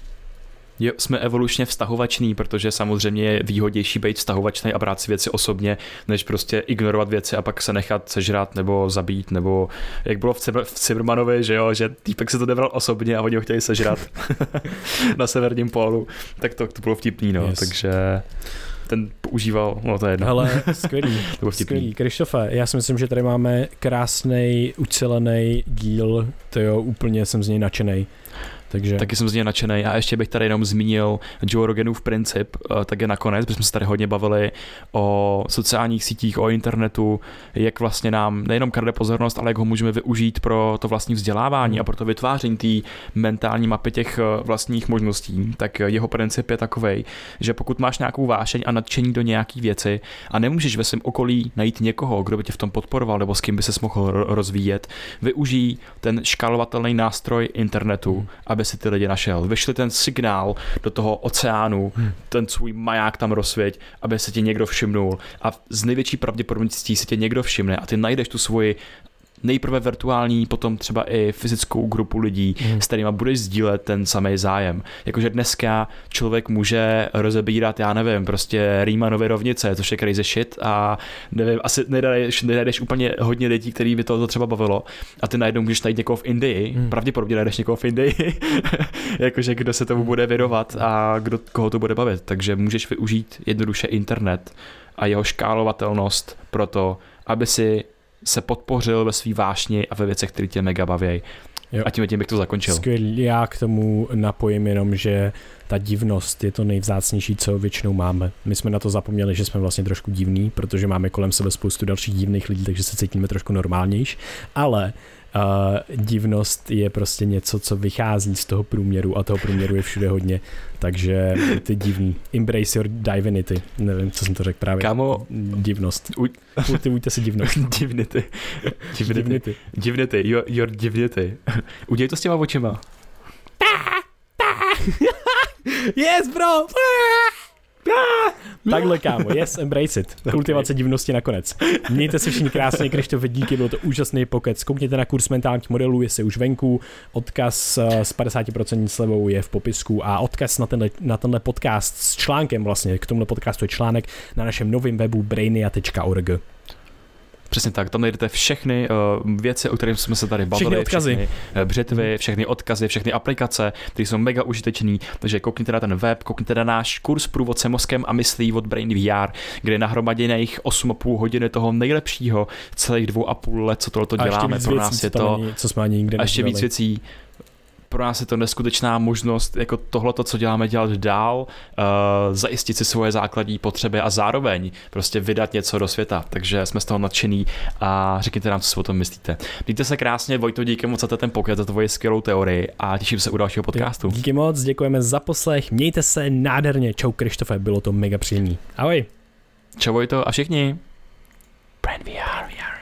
Jo, jsme evolučně vztahovační, protože samozřejmě je výhodnější být vztahovačný a brát si věci osobně, než prostě ignorovat věci a pak se nechat sežrat nebo zabít, nebo jak bylo v Cimrmanovi, že jo, že týpek se to nebral osobně a oni ho chtěli sežrat na severním pólu, tak to bylo vtipný, no, yes. Takže ten používal, no to je jedno. Hele, skvělý. Krištofe, já si myslím, že tady máme krásnej, ucelený díl, úplně jsem z něj nadšenej. Takže... Taky jsem z něj nadšenej a ještě bych tady jenom zmínil Joe Roganův princip, tak je nakonec, protože jsme se tady hodně bavili o sociálních sítích, o internetu, jak vlastně nám nejenom krade pozornost, ale jak ho můžeme využít pro to vlastní vzdělávání a pro to vytváření té mentální mapy těch vlastních možností. Tak jeho princip je takovej, že pokud máš nějakou vášeň a nadšení do nějaký věci a nemůžeš ve svém okolí najít někoho, kdo by tě v tom podporoval nebo s kým by ses mohl rozvíjet, využij ten škálovatelný nástroj internetu, aby si ty lidi našel. Vyšli ten signál do toho oceánu, ten svůj maják tam rozsvěť, aby se ti někdo všimnul a z největší pravděpodobností si tě někdo všimne a ty najdeš tu svoji nejprve virtuální, potom třeba i fyzickou grupu lidí, s kterýma budeš sdílet ten samý zájem. Jakože dneska člověk může rozebírat, já nevím, prostě Riemannovy rovnice, což je crazy shit a nevím, asi nenajdeš úplně hodně lidí, který by to třeba bavilo a ty najednou můžeš najít někoho v Indii, pravděpodobně najdeš někoho v Indii, jakože kdo se tomu bude věnovat a koho to bude bavit, takže můžeš využít jednoduše internet a jeho škálovatelnost pro to, aby si se podpořil ve svý vášni a ve věcech, které tě mega baví. A tím bych to zakončil. Skvělý, já k tomu napojím jenom, že ta divnost je to nejvzácnější, co většinou máme. My jsme na to zapomněli, že jsme vlastně trošku divní, protože máme kolem sebe spoustu dalších divných lidí, takže se cítíme trošku normálnější, ale divnost je prostě něco, co vychází z toho průměru a toho průměru je všude hodně, takže ty divný. Embrace your divinity. Nevím, co jsem to řekl právě. Kámo. Divnost. Kultivujte si divnost. Divinity. Your divinity. Udělej to s těma očima. Yes, bro! Takhle, kámo, yes, embrace it. Kultivace divnosti nakonec. Mějte se všichni krásně, Krištofe, díky, byl to úžasný pokec. Koukněte na kurz mentálních modelů, jestli už venku. Odkaz s 50% slevou je v popisku a odkaz na tenhle podcast s článkem vlastně, k tomuhle podcastu je článek na našem novém webu brainia.org. Přesně tak, tam najdete všechny věci, o kterých jsme se tady bavili, všechny odkazy, všechny břitvy, všechny odkazy, všechny aplikace, které jsou mega užitečný, takže koukněte na ten web, koukněte na náš kurz Průvodce mozkem a myslí od Brain VR, kde je nahromaděných 8,5 hodiny toho nejlepšího celých 2,5 let, co tohleto děláme, pro nás je to co jsme ani nikde a ještě víc věcí. Pro nás je to neskutečná možnost jako tohleto, co děláme, dělat dál, zajistit si svoje základní potřeby a zároveň prostě vydat něco do světa. Takže jsme z toho nadšený a řekněte nám, co si o tom myslíte. Mějte se krásně, Vojto, díky moc za ten pokec, za tvoji skvělou teorii a těším se u dalšího podcastu. Díky moc, děkujeme za poslech, mějte se nádherně. Čau Krištofe, bylo to mega příjemný. Ahoj. Čau Vojto a všichni. Brain VR.